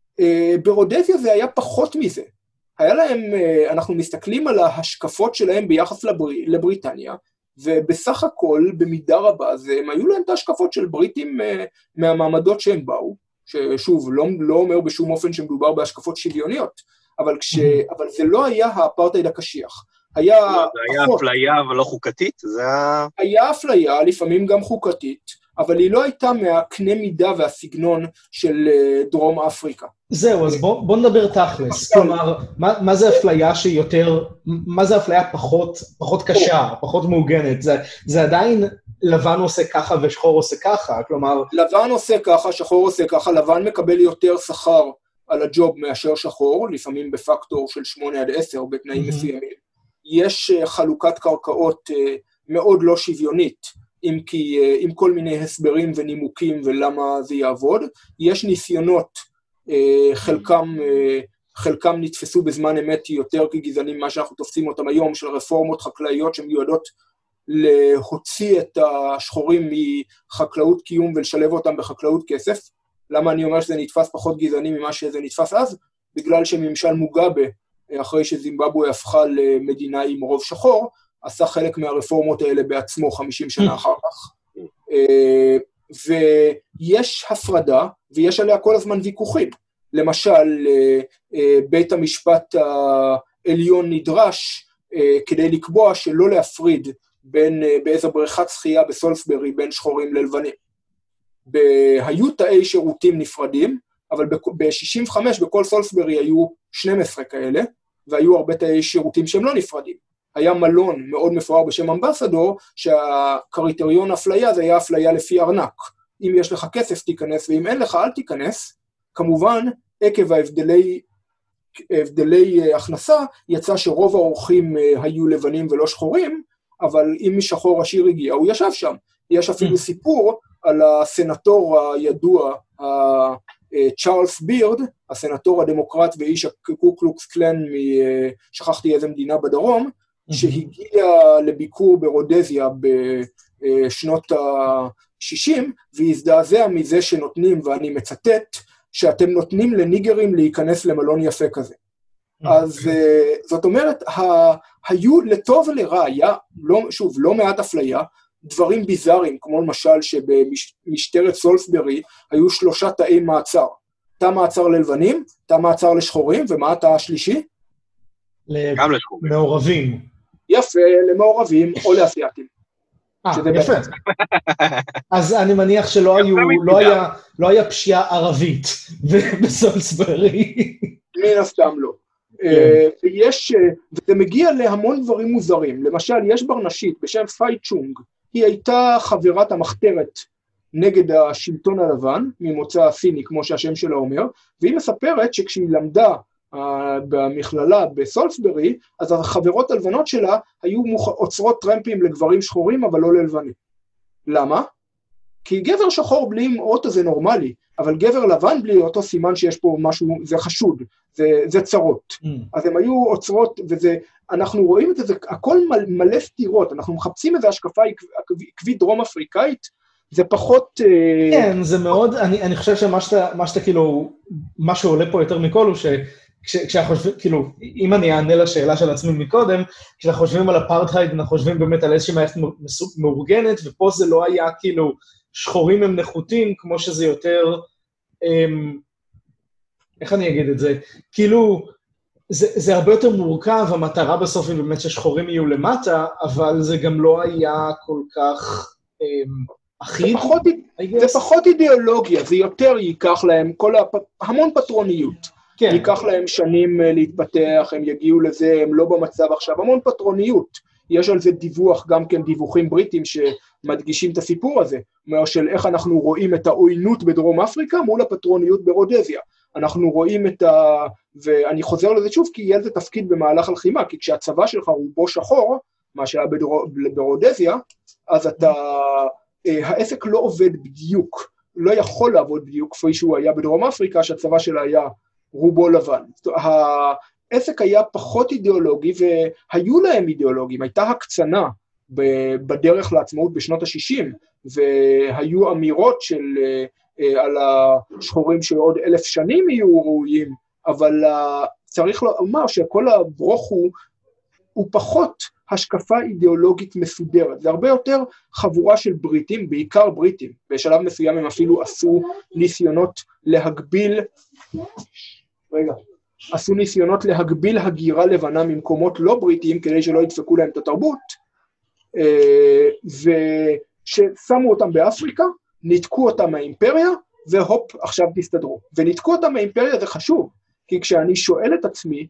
ברודזיה זה היה פחות מזה. היה להם, אנחנו מסתכלים על ההשקפות שלהם ביחס לבריטניה, ובסך הכל, במידה רבה, הם היו להם את ההשקפות של בריטים מהמעמדות שהם באו, ששוב, לא אומר בשום אופן שמדובר בהשקפות שוויוניות, אבל זה לא היה האפרטהייד הקשיח. זה היה אפליה אבל לא חוקתית? היה אפליה, לפעמים גם חוקתית, אבל היא לא הייתה מהקנה מידה והסגנון של דרום אפריקה. זהו, אז בוא נדבר תכלס. כלומר, מה זה אפליה שיותר, מה זה אפליה פחות קשה, פחות מעוגנת? זה עדיין לבן עושה ככה ושחור עושה ככה, כלומר... לבן עושה ככה, שחור עושה ככה, לבן מקבל יותר שכר על הג'וב מאשר שחור, לפעמים בפקטור של 8-10 בתנאים מסוימים. יש חלוקת קרקעות מאוד לא שוויונית, עם כל מיני הסברים ונימוקים ולמה זה יעבוד. יש ניסיונות, חלקם נתפסו בזמן אמת יותר כגזענים מה שאנחנו תופסים אותם היום, של רפורמות חקלאיות שמיועדות להוציא את השחורים מחקלאות קיום ולשלב אותם בחקלאות כסף. למה אני אומר שזה נתפס פחות גזעני ממה שזה נתפס אז? בגלל שממשל מוגאבה, אחרי שזימבבואה הפכה למדינה עם רוב שחור, עשה חלק מהרפורמות האלה בעצמו 50 שנה אחר כך. ויש הפרדה, ויש עליה כל הזמן ויכוחים. למשל, בית המשפט העליון נדרש כדי לקבוע שלא להפריד באיזו בריכת שחייה בסולסברי בין שחורים ללבנים. היו תאי שירותים נפרדים, אבל ב-65 בכל סולסברי היו 12 כאלה, והיו הרבה תאי שירותים שהם לא נפרדים. היה מלון מאוד מפואר בשם אמבסדור, שהקריטריון אפליה זה היה אפליה לפי ארנק. אם יש לך כסף תיכנס, ואם אין לך אל תיכנס. כמובן, עקב ההבדלי הכנסה, יצא שרוב האורחים היו לבנים ולא שחורים, אבל אם שחור עשיר הגיע, הוא ישב שם. יש אפילו סיפור על הסנטור הידוע, צ'ארלס בירד, הסנטור הדמוקרט ואיש הקוקלוקס קלן, שכחתי איזה מדינה בדרום, שהגיע לביקור ברודזיה בשנות ה-60, והזדעזע מזה שנותנים, ואני מצטט, שאתם נותנים לניגרים להיכנס למלון יפה כזה. אז זאת אומרת, היו לטוב ולרע, היה, שוב, לא מעט אפליה, דברים ביזאריים, כמו למשל שבמשטרת סולסברי היו 3 תאי מעצר. תא מעצר ללבנים, תא מעצר לשחורים, ומה התא השלישי? גם לשחורים. מעורבים. יפה, למעורבים או לאסייתים. יפה. אז אני מניח שלא היה פשיעה ערבית בסולסברי. מן הסתם לא. וזה מגיע להמון דברים מוזרים. למשל, יש ברנשית בשם פאי צ'ונג, היא הייתה חברת המחתרת נגד השלטון הלבן, ממוצא סיני, כמו שהשם שלה אומר, והיא מספרת שכשהיא למדה במכללה בסולסברי, אז החברות הלבנות שלה היו עוצרות טרמפים לגברים שחורים, אבל לא ללבנים. למה? כי גבר שחור בלי אוטו זה נורמלי, אבל גבר לבן בלי אוטו סימן שיש פה משהו, זה חשוד, זה צרות. אז הם היו עוצרות, אנחנו רואים את זה, הכל מלא סתירות, אנחנו מחפשים איזו השקפה עקבית דרום אפריקאית, זה פחות... כן, זה מאוד, אני חושב שמה שאתה כאילו, מה שעולה פה יותר מכל הוא כשאנחנו חושבים, כאילו, אם אני אענה לשאלה של עצמי מקודם, כשאנחנו חושבים על אפרטהייד, אנחנו חושבים באמת על איזושהי מערכת מאורגנת, ופה זה לא היה כאילו, שחורים הם נחותים, כמו שזה יותר, איך אני אגיד את זה? כאילו, זה הרבה יותר מורכב, המטרה בסוף היא באמת ששחורים יהיו למטה, אבל זה גם לא היה כל כך אחיד. זה פחות אידיאולוגיה, זה יותר ייקח להם המון פטרוניות. כן. ייקח להם שנים להתפתח, הם יגיעו לזה, הם לא במצב עכשיו, המון פטרוניות. יש על זה דיווח, גם כן דיווחים בריטים שמדגישים את הסיפור הזה, של איך אנחנו רואים את העוינות בדרום אפריקה מול הפטרוניות ברודזיה. אנחנו רואים ואני חוזר לזה שוב, כי יהיה לזה תפקיד במהלך הלחימה, כי כשהצבא שלך הוא בו שחור, מה שהיה ברודזיה, אז העסק לא עובד בדיוק, לא יכול לעבוד בדיוק כפי שהוא היה בדרום אפריקה, שהצבא שלה היה רובו לבן. העסק היה פחות אידיאולוגי, והיו להם אידיאולוגים, הייתה הקצנה בדרך לעצמאות בשנות ה-60, והיו אמירות על השחורים שעוד 1000 שנים יהיו ראויים, אבל צריך לומר שכל הברוך הוא פחות השקפה אידיאולוגית מסודרת, זה הרבה יותר חבורה של בריטים, בעיקר בריטים, בשלב מסוים הם אפילו עשו ניסיונות להגביל הגירה לבנה ממקומות לא בריטיים, כדי שלא ידפקו להם את התרבות, וששמו אותם באפריקה, ניתקו אותם מהאימפריה, והופ, עכשיו תסתדרו. וניתקו אותם מהאימפריה זה חשוב, כי כשאני שואל את עצמי,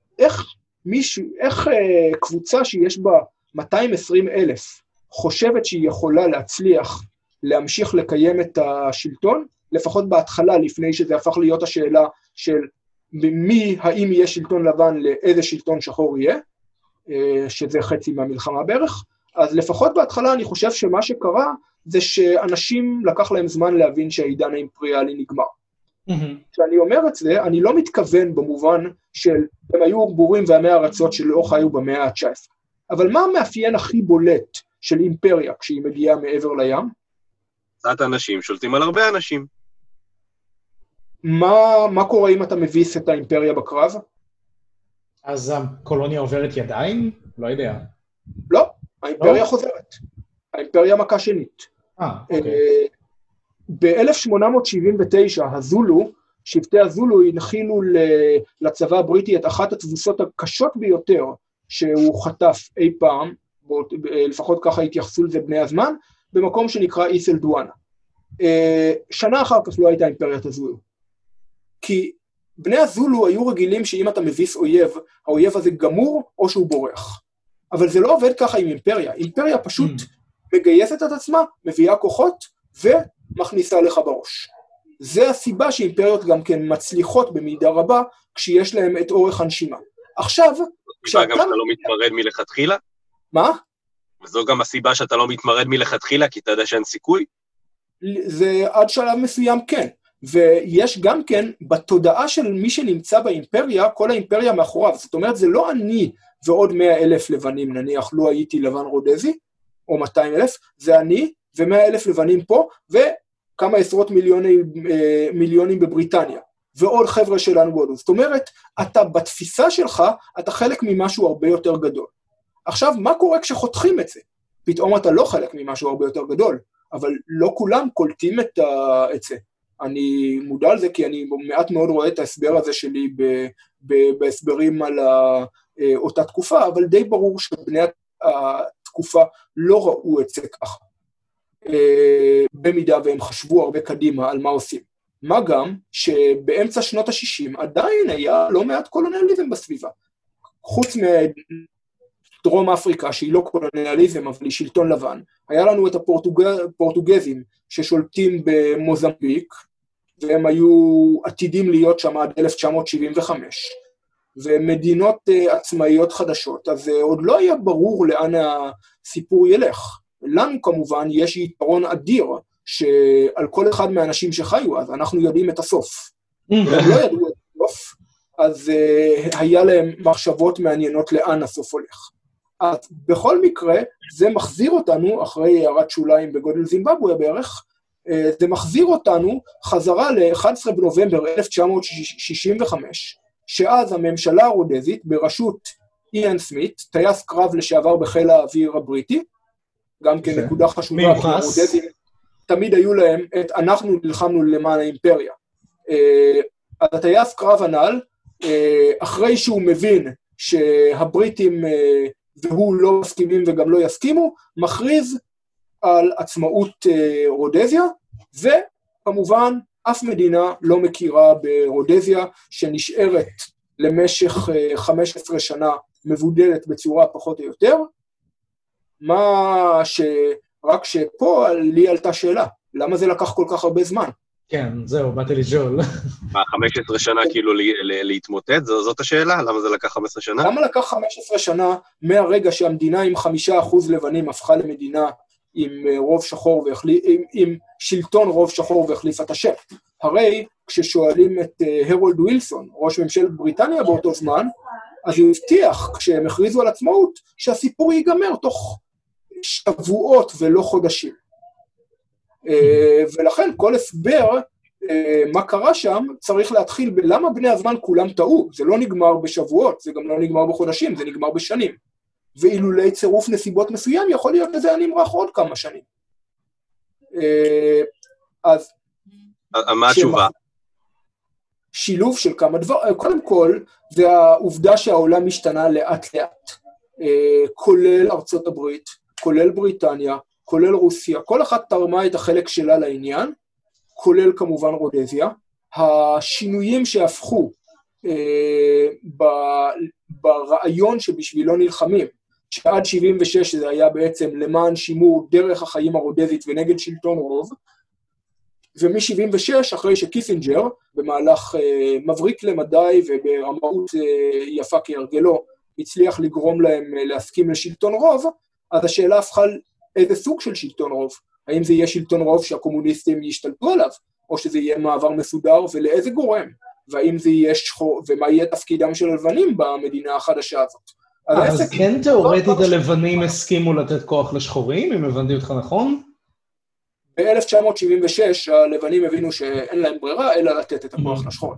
איך קבוצה שיש בה 220,000 חושבת שהיא יכולה להצליח להמשיך לקיים את השלטון, לפחות בהתחלה, לפני שזה הפך להיות השאלה של האם יהיה שלטון לבן לאיזה שלטון שחור יהיה, שזה חצי מהמלחמה בערך, אז לפחות בהתחלה אני חושב שמה שקרה, זה שאנשים לקח להם זמן להבין שהעידן האימפריאלי נגמר. כשאני אומר את זה, אני לא מתכוון במובן של, הם היו בורים ועמי ארצות שלא חיו במאה ה-19. אבל מה המאפיין הכי בולט של אימפריה כשהיא מגיעה מעבר לים? קצת אנשים שולטים על הרבה אנשים. מה קורה אם אתה מביס את האימפריה בקרב? אז הקולוניה עוברת ידיים? לא יודע. לא, האימפריה חוזרת. האימפריה מכה שנית. אוקיי. ב-1879 שבטי הזולו הנחילו לצבא הבריטי את אחת התבוסות הקשות ביותר שהוא חטף אי פעם, לפחות ככה התייחסו לזה בני הזמן, במקום שנקרא איסל דואנה. שנה אחר כך לא הייתה אימפריית הזולו. כי בני הזולו היו רגילים שאם אתה מביס אויב, האויב הזה גמור או שהוא בורח. אבל זה לא עובד ככה עם אימפריה. אימפריה פשוט מגייסת את עצמה, מביאה כוחות ומכניסה לך בראש. זה הסיבה שאימפריות גם כן מצליחות במידה רבה, כשיש להם את אורך הנשימה. עכשיו, כשאתה... גם אתה לא מתמרד מלכתחילה? מה? וזו גם הסיבה שאתה לא מתמרד מלכתחילה, כי אתה יודע שאין סיכוי? זה עד שלב מסוים כן. ויש גם כן, בתודעה של מי שנמצא באימפריה, כל האימפריה מאחוריו. זאת אומרת, זה לא אני ועוד 100,000 לבנים, נניח, לא הייתי לבן רודזי, או 200,000, זה אני ו100,000 לבנים פה, וכמה עשרות מיליונים בבריטניה, ועוד חבר'ה שלנו בעוד. זאת אומרת, אתה בתפיסה שלך, אתה חלק ממשהו הרבה יותר גדול. עכשיו, מה קורה כשחותכים את זה? פתאום אתה לא חלק ממשהו הרבה יותר גדול, אבל לא כולם קולטים את זה. אני מודע על זה, כי אני מעט מאוד רואה את ההסבר הזה שלי בהסברים על אותה תקופה, אבל די ברור שבני התקופה לא ראו את זה ככה. במידה והם חשבו הרבה קדימה על מה עושים. מה גם שבאמצע שנות ה-60 עדיין היה לא מעט קולוניאליזם בסביבה. חוץ מדרום אפריקה, שהיא לא קולוניאליזם, אבל היא שלטון לבן, היה לנו את הפורטוגזים ששולטים במוזמביק, והם היו עתידים להיות שם עד 1975, ומדינות עצמאיות חדשות, אז עוד לא היה ברור לאן הסיפור ילך. לנו כמובן יש יתרון אדיר, שעל כל אחד מהאנשים שחיו, אז אנחנו יודעים את הסוף. הם לא ידעו את הסוף, אז היה להם מחשבות מעניינות לאן הסוף הולך. אז בכל מקרה, זה מחזיר אותנו, אחרי הערת שוליים בגודל זימבבואה בערך, זה מחזיר אותנו חזרה ל-11 בנובמבר 1965, שאז הממשלה הרודזית בראשות איאן סמית, טייס קרב לשעבר בחיל האוויר הבריטי, גם כן נקודה חשובה, כי הרודזים תמיד היו להם אנחנו נלחמנו למען האימפריה. אז הטייס קרב הנ"ל, אחרי שהוא מבין שהבריטים והוא לא מסכימים וגם לא יסכימו, מכריז על עצמאות רודזיה, וכמובן אף מדינה לא מכירה ברודזיה, שנשארת למשך 15 שנה מבודלת בצורה פחות או יותר, רק שפה לי עלתה שאלה, למה זה לקח כל כך הרבה זמן? כן, זהו, באתי לשאול. 15 שנה כאילו להתמוטט? זאת השאלה? למה זה לקח 15 שנה? למה לקח 15 שנה מהרגע שהמדינה עם 5% לבנים הפכה למדינה עם רוב שחור עם שלטון רוב שחור והחליפה את השם? הרי כששואלים את הרולד ווילסון, ראש ממשלת בריטניה באותו זמן, אז הוא הבטיח כשהם הכריזו על עצמאות שהסיפור ייגמר תוך שבועות ולא חודשים. ולכן כל הסבר מה קרה שם צריך להתחיל בלמה בני הזמן כולם טעו, זה לא נגמר בשבועות, זה גם לא נגמר בחודשים, זה נגמר בשנים, ואילולי צירוף נסיבות מסוים יכול להיות לזה היה נמרח עוד כמה שנים. אז מה התשובה? שילוב של כמה דבר, קודם כל זה העובדה שהעולם משתנה לאט לאט, כולל ארצות הברית, כולל בריטניה, כולל רוסיה, כל אחת תרמה את החלק שלה לעניין, כולל כמובן רודזיה. השינויים שהפכו ברעיון שבשבילו נלחמים, שעד 76 זה היה בעצם למען שימור דרך החיים הרודזית ונגד שלטון רוב, ומ-76 אחרי שקיסינג'ר, במהלך מבריק למדי וברמאות יפה כהרגלו, הצליח לגרום להם להסכים לשלטון רוב, אז השאלה הפכה איזה סוג של שלטון רוב? האם זה יהיה שלטון רוב שהקומוניסטים ישתלטו עליו, או שזה יהיה מעבר מסודר, ולאיזה גורם? והאם זה יהיה שחור, ומה יהיה תפקידם של הלבנים במדינה החדשה הזאת? אז כן תיאורטית הלבנים הסכימו לתת כוח לשחורים, אם הבנתי אותך נכון? ב-1976 הלבנים הבינו שאין להם ברירה, אלא לתת את הכוח לשחורים.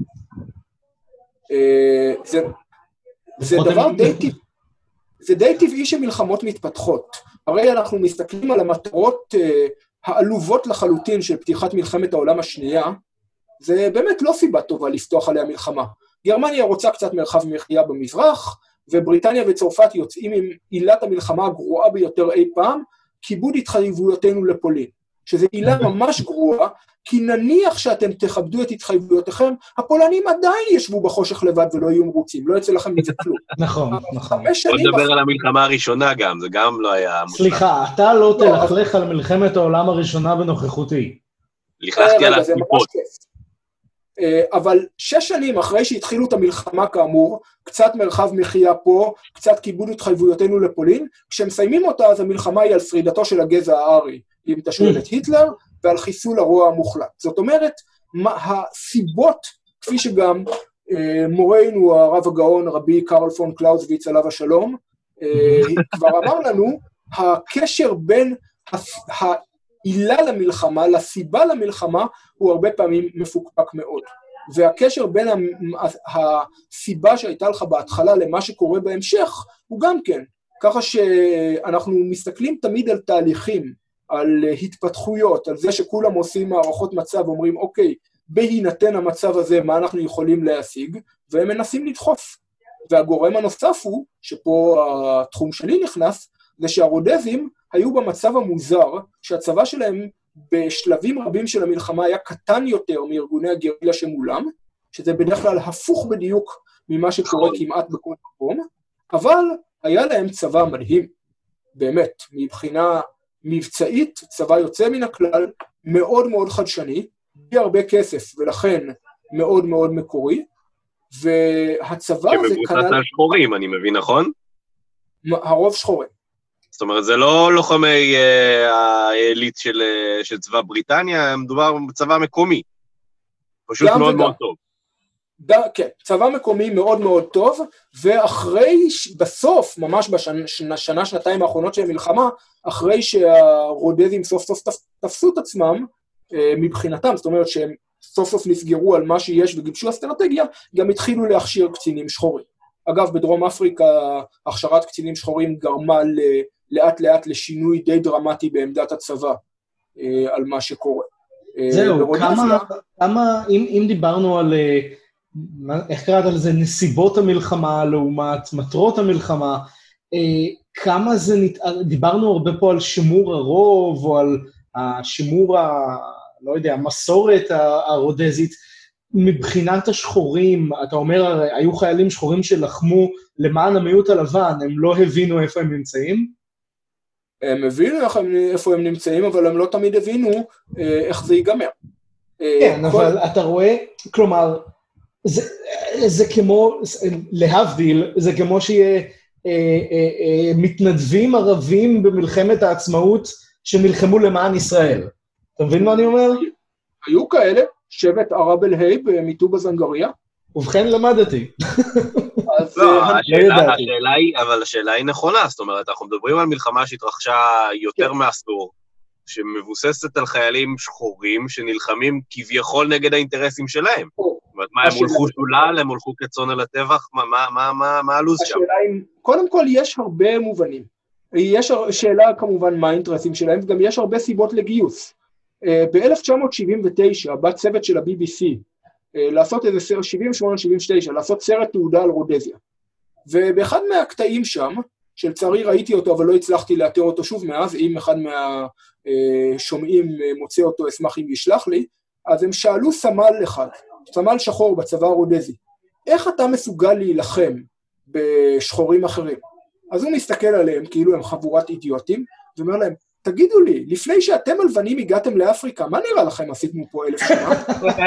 זה דבר די טבעי. זה די טבעי שמלחמות מתפתחות. הרי אנחנו מסתכלים על המטרות העלובות לחלוטין של פתיחת מלחמת העולם השנייה, זה באמת לא סיבה טובה לפתוח עליה מלחמה. גרמניה רוצה קצת מרחב מחיה במזרח, ובריטניה וצרפת יוצאים עם עילת המלחמה הגרועה ביותר אי פעם, כיבוד התחייבויותינו לפולין. שזו עילה ממש גרועה, כי נניח שאתם תכבדו את התחייבויותיכם, הפולנים עדיין ישבו בחושך לבד ולא יהיו מרוצים, לא יצא לכם מזה כלום. נכון, נכון. בוא נדבר על המלחמה הראשונה גם, זה גם לא היה... סליחה, אתה לא תלכלך על מלחמת העולם הראשונה בנוכחותי. לכלכתי על הסיפות. אבל 6 שנים אחרי שהתחילו את המלחמה כאמור, קצת מרחב מחיה פה, קצת כיבוד התחייבויותינו לפולין, כשמסיימים אותה אז המלחמה היא על שרידתו של הגזע הארי, אם תשאל את היטלר, ועל חיסול הרוע המוחלט. זאת אומרת, הסיבות, כפי שגם מורנו הרב הגאון, רבי קרל פון קלאוזוויץ עליו השלום, כבר אמר לנו, הקשר בין העילה למלחמה, לסיבה למלחמה, הוא הרבה פעמים מפוקפק מאוד. והקשר בין הסיבה שהייתה לך בהתחלה למה שקורה בהמשך, הוא גם כן. ככה שאנחנו מסתכלים תמיד על תהליכים, על התפתחויות, על זה שכולם עושים מערכות מצב, אומרים, אוקיי, בהינתן המצב הזה, מה אנחנו יכולים להשיג, והם מנסים לדחוף. והגורם הנוסף הוא, שפה התחום שלי נכנס, זה שהרודזים היו במצב המוזר, שהצבא שלהם בשלבים רבים של המלחמה היה קטן יותר מארגוני הגרילה שמולם, שזה בדרך כלל הפוך בדיוק ממה שקורה כמעט בכל מקום, אבל היה להם צבא מדהים, באמת, מבחינה מבצעית, צבא יוצא מן הכלל, מאוד מאוד חדשני, בלי הרבה כסף, ולכן מאוד מאוד מקורי, והצבא הזה שמבוסס על שחורים, אני מבין, נכון? הרוב שחורים. זאת אומרת, זה לא לוחמי העילית של צבא בריטניה, מדובר בצבא מקומי. פשוט מאוד מאוד טוב. כן, צבא מקומי מאוד מאוד טוב, ואחרי, בסוף, ממש בשנה, שנתיים האחרונות של המלחמה, אחרי שהרודזים סוף סוף תפסו את עצמם, מבחינתם, זאת אומרת שהם סוף סוף נסגרו על מה שיש וגיבשו אסטרטגיה, גם התחילו להכשיר קצינים שחורים. אגב, בדרום אפריקה, הכשרת קצינים שחורים גרמה לאט לאט לשינוי די דרמטי בעמדת הצבא, על מה שקורה. זהו, כמה, אם דיברנו על, איך קראת לזה, נסיבות המלחמה לעומת מטרות המלחמה, כמה זה, דיברנו הרבה פה על שימור הרוב, או על השימור, לא יודע, המסורת הרודזית, מבחינת השחורים, אתה אומר, היו חיילים שחורים שלחמו למען המיעוט הלבן, הם לא הבינו איפה הם נמצאים? הם הבינו איפה הם נמצאים, אבל הם לא תמיד הבינו איך זה ייגמר. כן, אבל אתה רואה, כלומר, זה כמו, להבדיל, זה כמו שיהיה מתנדבים ערבים במלחמת העצמאות שנלחמו למען ישראל. אתה מבין מה אני אומר? היו כאלה, שבט ערב אל-הייב מטובא זנגריה. ובכן למדתי. אבל השאלה היא נכונה, זאת אומרת, אנחנו מדברים על מלחמה שהתרחשה יותר מעשור, שמבוססת על חיילים שחורים שנלחמים כביכול נגד האינטרסים שלהם. זאת אומרת, מה, הם הולכו שולל, הם הולכו כצאן על הטבח, מה הלו"ז שם? קודם כל יש הרבה מובנים. יש שאלה כמובן מה האינטרסים שלהם, וגם יש הרבה סיבות לגיוס. ב-1979, בת צוות של ה-BBC, לעשות איזה 78-79, לעשות סרט תעודה על רודזיה. ובאחד מהקטעים שם, שלצערי ראיתי אותו, אבל לא הצלחתי לאתר אותו שוב מאז, אם אחד מהשומעים מוצא אותו, אשמח אם ישלח לי, אז הם שאלו סמל אחד, סמל שחור בצבא הרודזי, איך אתה מסוגל להילחם בשחורים אחרים? אז הוא מסתכל עליהם כאילו הם חבורת אידיוטים, ואומר להם, תגידו לי, לפני שאתם הלבנים הגעתם לאפריקה, מה נראה לכם עשיתם פה 1000 שנה?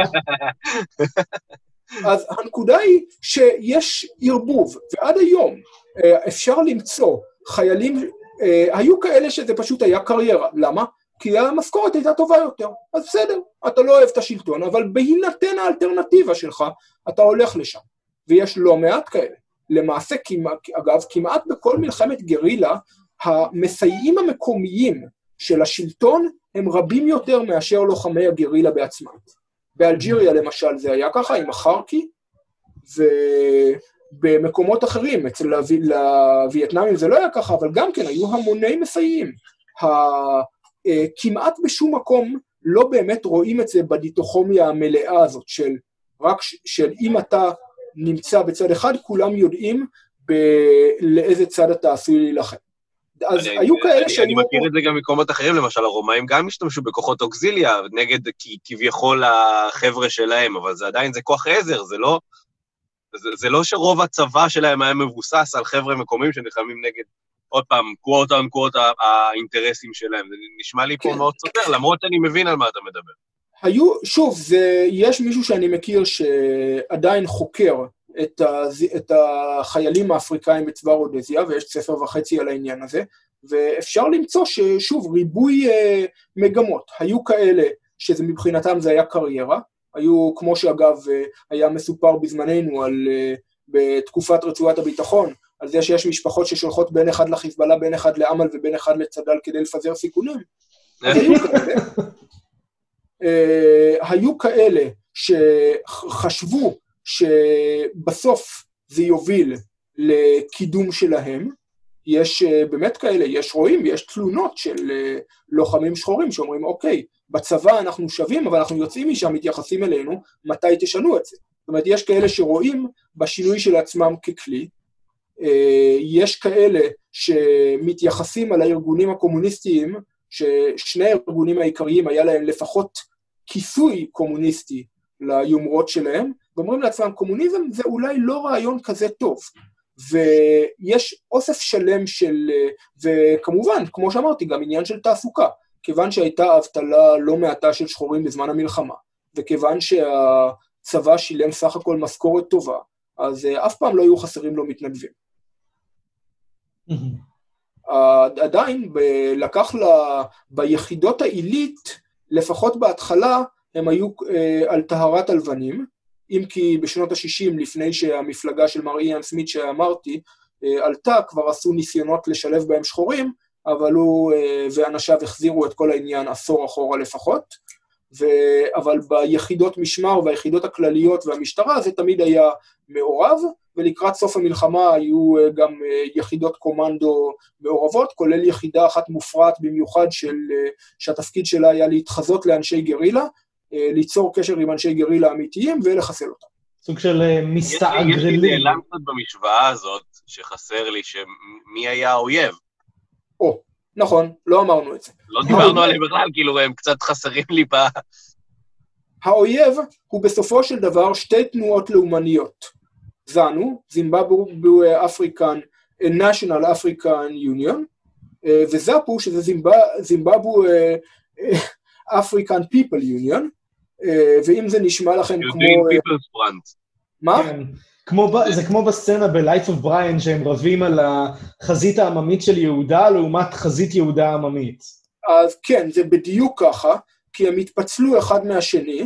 אז הנקודה היא שיש ערבוב, ועד היום אפשר למצוא חיילים, היו כאלה שזה פשוט היה קריירה, למה? כי המשכורת הייתה טובה יותר, אז בסדר, אתה לא אוהב את השלטון, אבל בהינתן האלטרנטיבה שלך, אתה הולך לשם, ויש לא מעט כאלה. למעשה, אגב, כמעט בכל מלחמת גרילה, המסייעים המקומיים של השלטון הם רבים יותר מאשר לוחמי הגרילה בעצמם. באלג'יריה למשל זה היה ככה עם החרקי, ובמקומות אחרים, אצל הווייטנאמים זה לא היה ככה, אבל גם כן היו המוני מסייעים. כמעט בשום מקום לא באמת רואים את זה בדיטוכומיה המלאה הזאת, של אם אתה נמצא בצד אחד, כולם יודעים לאיזה צד אתה עשוי להילחם. אז היו כאלה שהיו... אני מכיר את זה גם מקומות אחרים, למשל הרומאים גם השתמשו בכוחות אוקזיליה, נגד כביכול החבר'ה שלהם, אבל זה עדיין זה כוח עזר, זה לא שרוב הצבא שלהם היה מבוסס על חבר'ה מקומיים שנלחמים נגד, עוד פעם, קוואט האינטרסים שלהם, זה נשמע לי פה מאוד סותר, למרות שאני מבין על מה אתה מדבר. שוב, יש מישהו שאני מכיר שעדיין חוקר את החיילים האפריקאים בצבא רודזיה, ויש ספר וחצי על העניין הזה, ואפשר למצוא ששוב, ריבוי מגמות. היו כאלה שזה מבחינתם זה היה קריירה, היו, כמו שאגב היה מסופר בזמננו בתקופת רצועת הביטחון, על זה שיש משפחות ששולחות בין אחד לחיזבאללה, בין אחד לעמל ובין אחד לצד"ל כדי לפזר סיכונים. היו כאלה שחשבו שבסוף זה יוביל לקידום שלהם, יש באמת כאלה, יש רואים, יש תלונות של לוחמים שחורים שאומרים, אוקיי, בצבא אנחנו שווים, אבל אנחנו יוצאים משם, מתייחסים אלינו, מתי תשנו את זה? זאת אומרת, יש כאלה שרואים בשינוי של עצמם ככלי, יש כאלה שמתייחסים על הארגונים הקומוניסטיים, ששני הארגונים העיקריים היה להם לפחות כיסוי קומוניסטי ליומרות שלהם, ואומרים לעצמם, קומוניזם זה אולי לא רעיון כזה טוב, ויש אוסף שלם של, וכמובן, כמו שאמרתי, גם עניין של תעסוקה, כיוון שהייתה אבטלה לא מעטה של שחורים בזמן המלחמה, וכיוון שהצבא שילם סך הכל משכורת טובה, אז אף פעם לא היו חסרים לו מתנדבים. עדיין, לקח ביחידות העילית, לפחות בהתחלה, הם היו על טהרת הלבנים, אם כי בשנות ה-60, לפני שהמפלגה של מר איאן סמית שאמרתי, עלתה, כבר עשו ניסיונות לשלב בהם שחורים, אבל הוא ואנשיו החזירו את כל העניין עשור אחורה לפחות, אבל ביחידות משמר והיחידות הכלליות והמשטרה זה תמיד היה מעורב, ולקראת סוף המלחמה היו גם יחידות קומנדו מעורבות, כולל יחידה אחת מופרעת במיוחד שהתפקיד שלה היה להתחזות לאנשי גרילה, ליצור קשר עם אנשי גרילה אמיתיים ולחסל אותם. סוג של מסתעגרלים. יש לי נעלם קצת במשוואה הזאת, שחסר לי שמי היה האויב. נכון, לא אמרנו את זה. לא דיברנו עליהם בכלל, כאילו הם קצת חסרים לי האויב הוא בסופו של דבר שתי תנועות לאומניות. זנו, זימבבואה אפריקן, National African Union, וזאפו, שזה זימבבואה African People Union, ואם זה נשמע לכם כמו... People's Front. מה? כן. זה כמו בסצנה ב-Life of Brian, שהם רבים על החזית העממית של יהודה, לעומת חזית יהודה העממית. אז כן, זה בדיוק ככה, כי הם התפצלו אחד מהשני,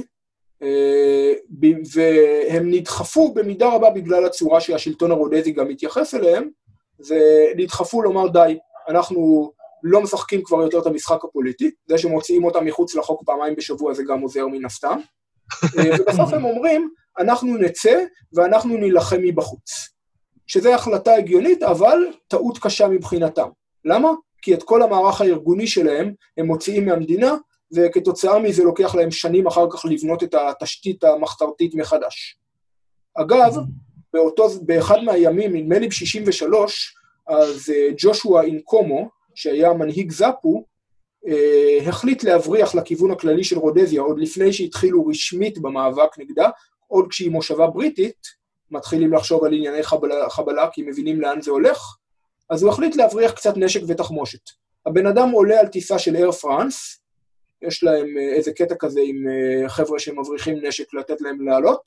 והם נדחפו במידה רבה בגלל הצורה שהשלטון הרודזי גם מתייחס אליהם, ונדחפו לומר די, אנחנו לא משחקים כבר יותר את המשחק הפוליטי, זה שמוציאים אותם מחוץ לחוק פעמיים בשבוע זה גם עוזר מן הסתם, ובסוף הם אומרים, אנחנו נצא ואנחנו נילחם מבחוץ. שזו החלטה הגיונית, אבל טעות קשה מבחינתם. למה? כי את כל המערך הארגוני שלהם הם מוציאים מהמדינה, וכתוצאה מזה לוקח להם שנים אחר כך לבנות את התשתית המחתרתית מחדש. אגב, באחד מהימים, נדמה לי ב-63, אז ג'ושוע אינקומו, שהיה מנהיג זאפו, החליט להבריח לכיוון הכללי של רודזיה, עוד לפני שהתחילו רשמית במאבק נגדה, עוד כשהיא מושבה בריטית, מתחילים לחשוב על ענייני חבלה, כי מבינים לאן זה הולך, אז הוא החליט להבריח קצת נשק ותחמושת. הבן אדם עולה על טיסה של אייר פרנס, יש להם איזה קטע כזה עם חבר'ה שמבריחים נשק לתת להם לעלות,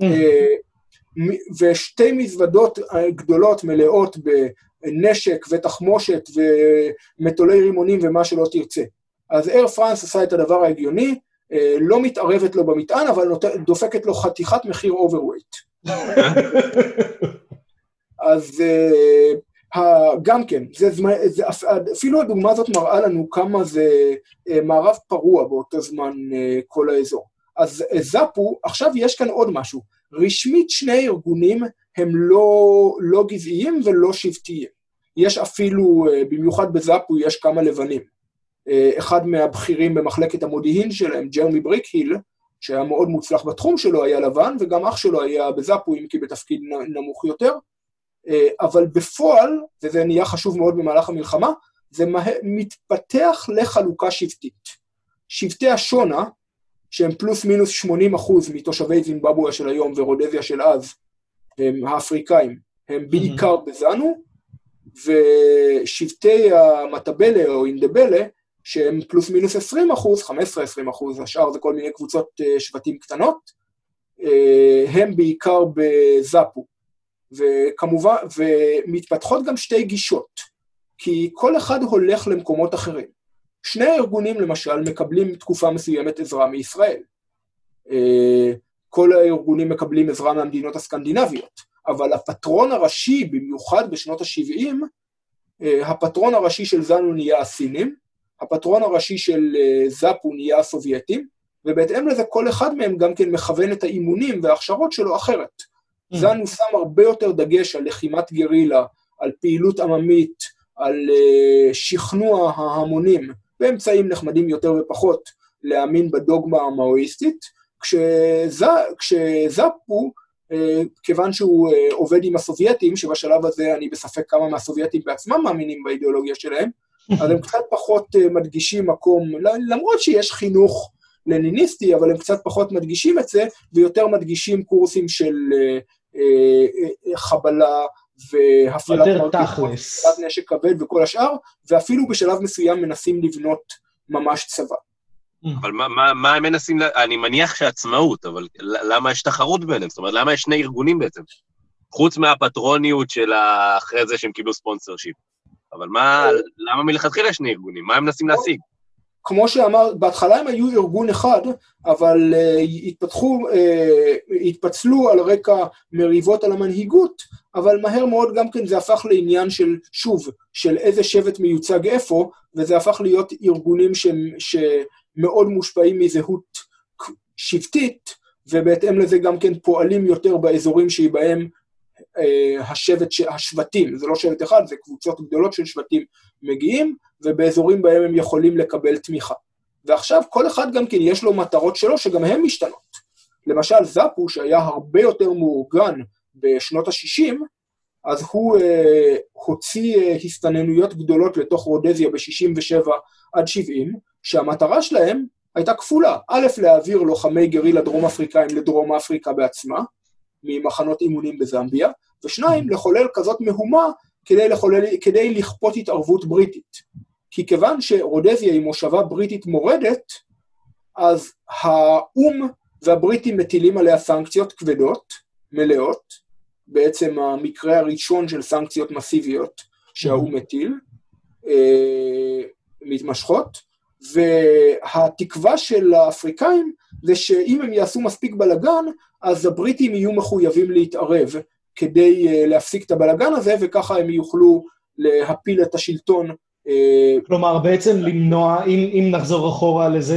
ושתי מזוודות גדולות מלאות בנשק ותחמושת ומטולי רימונים ומה שלא תרצה. אז אייר פרנס עשה את הדבר ההגיוני, לא מתערבת לו במטען, אבל דופקת לו חתיכת מחיר אוברווייט. אז גם כן, אפילו הדוגמה הזאת מראה לנו כמה זה מערב פרוע באותו זמן כל האזור. אז זאפו, עכשיו יש כאן עוד משהו. רשמית שני ארגונים הם לא גזעיים ולא שבטיים. יש אפילו, במיוחד בזאפו, יש כמה לבנים. אחד מהבכירים במחלקת המודיעין שלהם, ג'רמי בריקהיל, שהיה מאוד מוצלח בתחום שלו, היה לבן, וגם אח שלו היה בזאפו, אם כי בתפקיד נמוך יותר. אבל בפועל, וזה נהיה חשוב מאוד במהלך המלחמה, זה מתפתח לחלוקה שבטית. שבטי השונה, שהם פלוס מינוס 80% מתושבי זימבבואה של היום ורודזיה של אז, הם האפריקאים, הם בעיקר בזנו, ושבטי המטבלה או אינדבלה, שהם פלוס מינוס 20%, 15-20%, השאר זה כל מיני קבוצות שבטים קטנות, הם בעיקר בזאפו. וכמובן, ומתפתחות גם שתי גישות, כי כל אחד הולך למקומות אחרים. שני הארגונים למשל מקבלים תקופה מסוימת עזרה מישראל. כל הארגונים מקבלים עזרה מהמדינות הסקנדינביות, אבל הפטרון הראשי, במיוחד בשנות ה-70, הפטרון הראשי של זנו נהיה הסינים, הפטרון הראשי של זאפו נהיה הסובייטים, ובהתאם לזה כל אחד מהם גם כן מכוון את האימונים וההכשרות שלו אחרת. זנו שם הרבה יותר דגש על לחימת גרילה, על פעילות עממית, על שכנוע ההמונים, באמצעים נחמדים יותר ופחות להאמין בדוגמה המאואיסטית, כשזאפו, כיוון שהוא עובד עם הסובייטים, שבשלב הזה אני בספק כמה מהסובייטים בעצמם מאמינים באידיאולוגיה שלהם, אז הם קצת פחות מדגישים מקום, למרות שיש חינוך לניניסטי, אבל הם קצת פחות מדגישים את זה, ויותר מדגישים קורסים של חבלה והפעלת נשק כבד וכל השאר, ואפילו בשלב מסוים מנסים לבנות ממש צבא. אבל מה הם מנסים, אני מניח שעצמאות, אבל למה יש תחרות ביניהם? זאת אומרת, למה יש שני ארגונים בעצם? חוץ מהפטרוניות של אחרי זה שהם קיבלו ספונסר שיפ. אבל למה מלכתחילה שני ארגונים? מה הם מנסים להשיג? כמו שאמר, בהתחלה הם היו ארגון אחד, אבל התפצלו על רקע מריבות על המנהיגות, אבל מהר מאוד גם כן זה הפך לעניין של, שוב, של איזה שבט מיוצג איפה, וזה הפך להיות ארגונים שמאוד מושפעים מזהות שבטית, ובהתאם לזה גם כן פועלים יותר באזורים שבהם השבטים, זה לא שבט אחד, זה קבוצות גדולות של שבטים מגיעים, ובאזורים בהם הם יכולים לקבל תמיכה. ועכשיו כל אחד גם כן יש לו מטרות שלו, שגם הן משתנות. למשל זאפו, שהיה הרבה יותר מאורגן בשנות ה-60, אז הוא הוציא הסתננויות גדולות לתוך רודזיה ב-67 עד 70, שהמטרה שלהם הייתה כפולה. א', להעביר לוחמי גרילה דרום אפריקאים לדרום אפריקה בעצמה, ממחנות אימונים בזמביה, ושניים, לחולל כזאת מהומה כדי לכפות התערבות בריטית. כי כיוון שרודזיה היא מושבה בריטית מורדת, אז האום והבריטים מטילים עליה סנקציות כבדות, מלאות, בעצם המקרה הראשון של סנקציות מסיביות שהאום מטיל, מתמשכות, והתקווה של האפריקאים זה שאם הם יעשו מספיק בלגן, אז הבריטים יהיו מחויבים להתערב כדי להפסיק את הבלגן הזה, וככה הם יוכלו להפיל את השלטון. כלומר, בעצם למנוע, אם נחזור אחורה לזה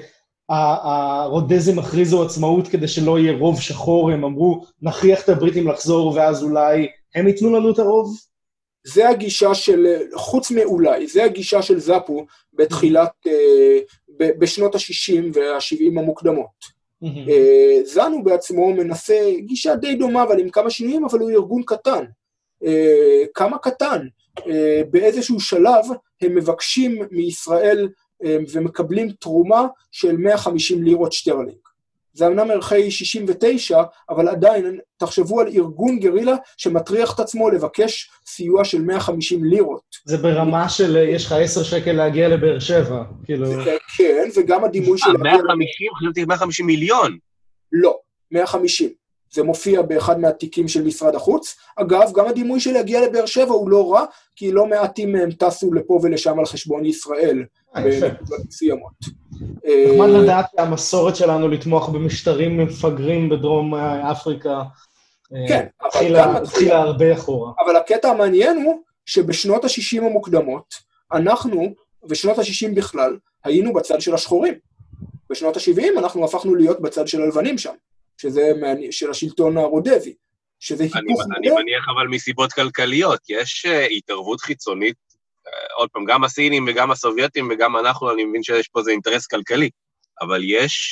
שהרודזים הכריזו עצמאות כדי שלא יהיה רוב שחור, הם אמרו, נכריח את הבריטים לחזור, ואז אולי הם ייתנו לנו את הרוב? זה הגישה של, חוץ מאולי, זה הגישה של זאפו בתחילת, בשנות ה-60 וה-70 המוקדמות. זנו בעצמו מנסה גישה די דומה, אבל עם כמה שינויים, אבל הוא ארגון קטן. כמה קטן? באיזשהו שלב הם מבקשים מישראל ומקבלים תרומה של 150 לירות שטרלינג. זה אמנם ערכי 69, אבל עדיין תחשבו על ארגון גרילה שמטריח את עצמו לבקש סיוע של 150 לירות. זה ברמה של יש לך 10 שקל להגיע לבאר שבע, כאילו. כן, וגם הדימוי של... 150? חשבתי 150 מיליון. לא, 150. זה מופיע באחד מהתיקים של משרד החוץ. אגב, גם הדימוי של להגיע לבאר שבע הוא לא רע, כי לא מעטים מהם טסו לפה ולשם על חשבון ישראל. בנקודות מסוימות. נחמד לדעת שהמסורת שלנו לתמוך במשטרים מפגרים בדרום אפריקה, כן, התחילה הרבה אחורה. אבל הקטע המעניין הוא שבשנות ה-60 המוקדמות, אנחנו, ושנות ה-60 בכלל, היינו בצד של השחורים. בשנות ה-70 אנחנו הפכנו להיות בצד של הלבנים שם, שזה של השלטון הרודזי, שזה היפוך. אני מניח אבל מסיבות כלכליות, יש התערבות חיצונית, עוד פעם, גם הסינים וגם הסובייטים וגם אנחנו, אני מבין שיש פה זה אינטרס כלכלי, אבל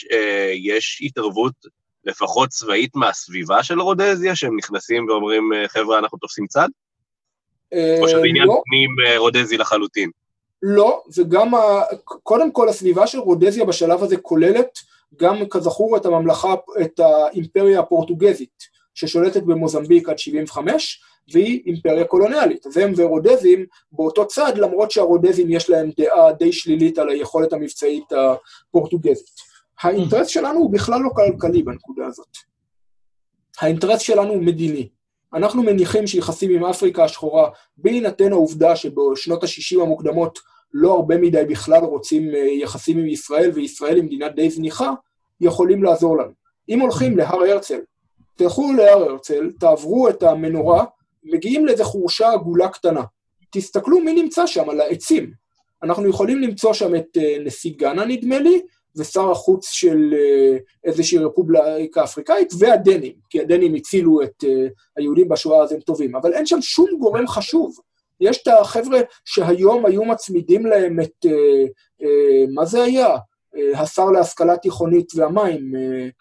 יש התערבות לפחות צבאית מהסביבה של רודזיה, שהם נכנסים ואומרים, חבר'ה, אנחנו תופסים צד? או שזה עניין פנים רודזי לחלוטין? לא, וגם, קודם כל, הסביבה של רודזיה בשלב הזה כוללת, גם כזכור את הממלכה, את האימפריה הפורטוגזית, ששולטת במוזמביק עד 75, והיא אימפריה קולוניאלית. אז הם ורודזים באותו צד, למרות שהרודזים יש להם דעה די שלילית על היכולת המבצעית הפורטוגזית. האינטרס שלנו הוא בכלל לא כלכלי בנקודה הזאת. האינטרס שלנו הוא מדיני. אנחנו מניחים שיחסים עם אפריקה השחורה, בהינתן העובדה שבשנות ה-60 המוקדמות לא הרבה מדי בכלל רוצים יחסים עם ישראל, וישראל היא מדינה די זניחה, יכולים לעזור לנו. אם הולכים להר הרצל, תלכו להר הרצל, תעברו את המנורה, מגיעים לאיזו חורשה עגולה קטנה. תסתכלו מי נמצא שם על העצים. אנחנו יכולים למצוא שם את נשיא גאנה נדמה לי, ושר החוץ של איזושהי רפובליקה אפריקאית, והדנים, כי הדנים הצילו את היהודים בשואה, אז הם טובים. אבל אין שם שום גורם חשוב. יש את החבר'ה שהיום היו מצמידים להם את, מה זה היה? השר להשכלה תיכונית והמים,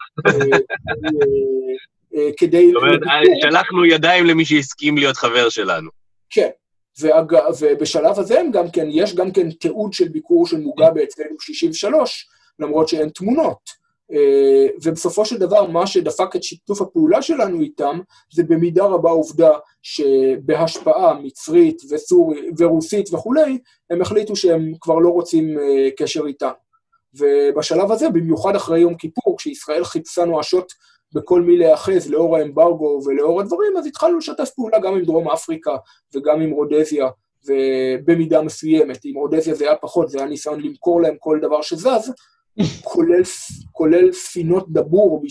כדי... זאת אומרת, שלחנו ידיים למי שהסכים להיות חבר שלנו. כן, ובשלב הזה גם כן, יש גם כן תיעוד של ביקור של מוגאבה אצלנו 63, למרות שאין תמונות. ובסופו של דבר, מה שדפק את שיתוף הפעולה שלנו איתם, זה במידה רבה עובדה שבהשפעה מצרית ורוסית וכולי, הם החליטו שהם כבר לא רוצים קשר איתם. ובשלב הזה, במיוחד אחרי יום כיפור, כשישראל חיפשה נואשות בכל מי להאחז לאור האמברגו ולאור הדברים, אז התחלנו לשתף פעולה גם עם דרום אפריקה וגם עם רודזיה, ובמידה מסוימת, עם רודזיה זה היה פחות, זה היה ניסיון למכור להם כל דבר שזז, כולל ספינות דבור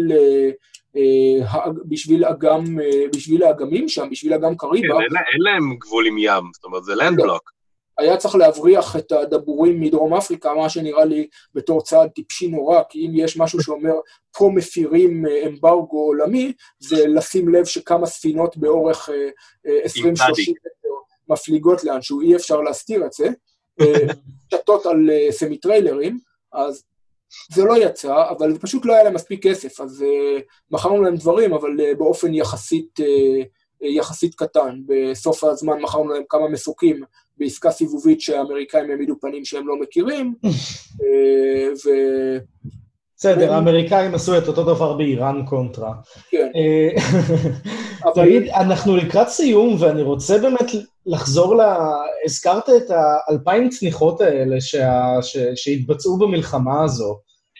בשביל האגמים שם, בשביל אגם קריבה. אין להם גבול עם ים, זאת אומרת, זה לנדבלוק. היה צריך להבריח את הדבורים מדרום אפריקה, מה שנראה לי בתור צעד טיפשי נורא, כי אם יש משהו שאומר, פה מפירים אמברגו עולמי, זה לשים לב שכמה ספינות באורך 20-30 מפליגות לאנשהו, אי אפשר להסתיר את זה, שתות על סמיטריילרים, אז זה לא יצא, אבל פשוט לא היה להם מספיק כסף, אז מכרנו להם דברים, אבל באופן יחסית קטן. בסוף הזמן מכרנו להם כמה מסוקים בעסקה סיבובית שהאמריקאים העמידו פנים שהם לא מכירים, בסדר, האמריקאים עשו את אותו דבר באיראן קונטרה. כן. תגיד, אנחנו לקראת סיום, ואני רוצה באמת לחזור הזכרת את 2,000 צניחות האלה שהתבצעו במלחמה הזו.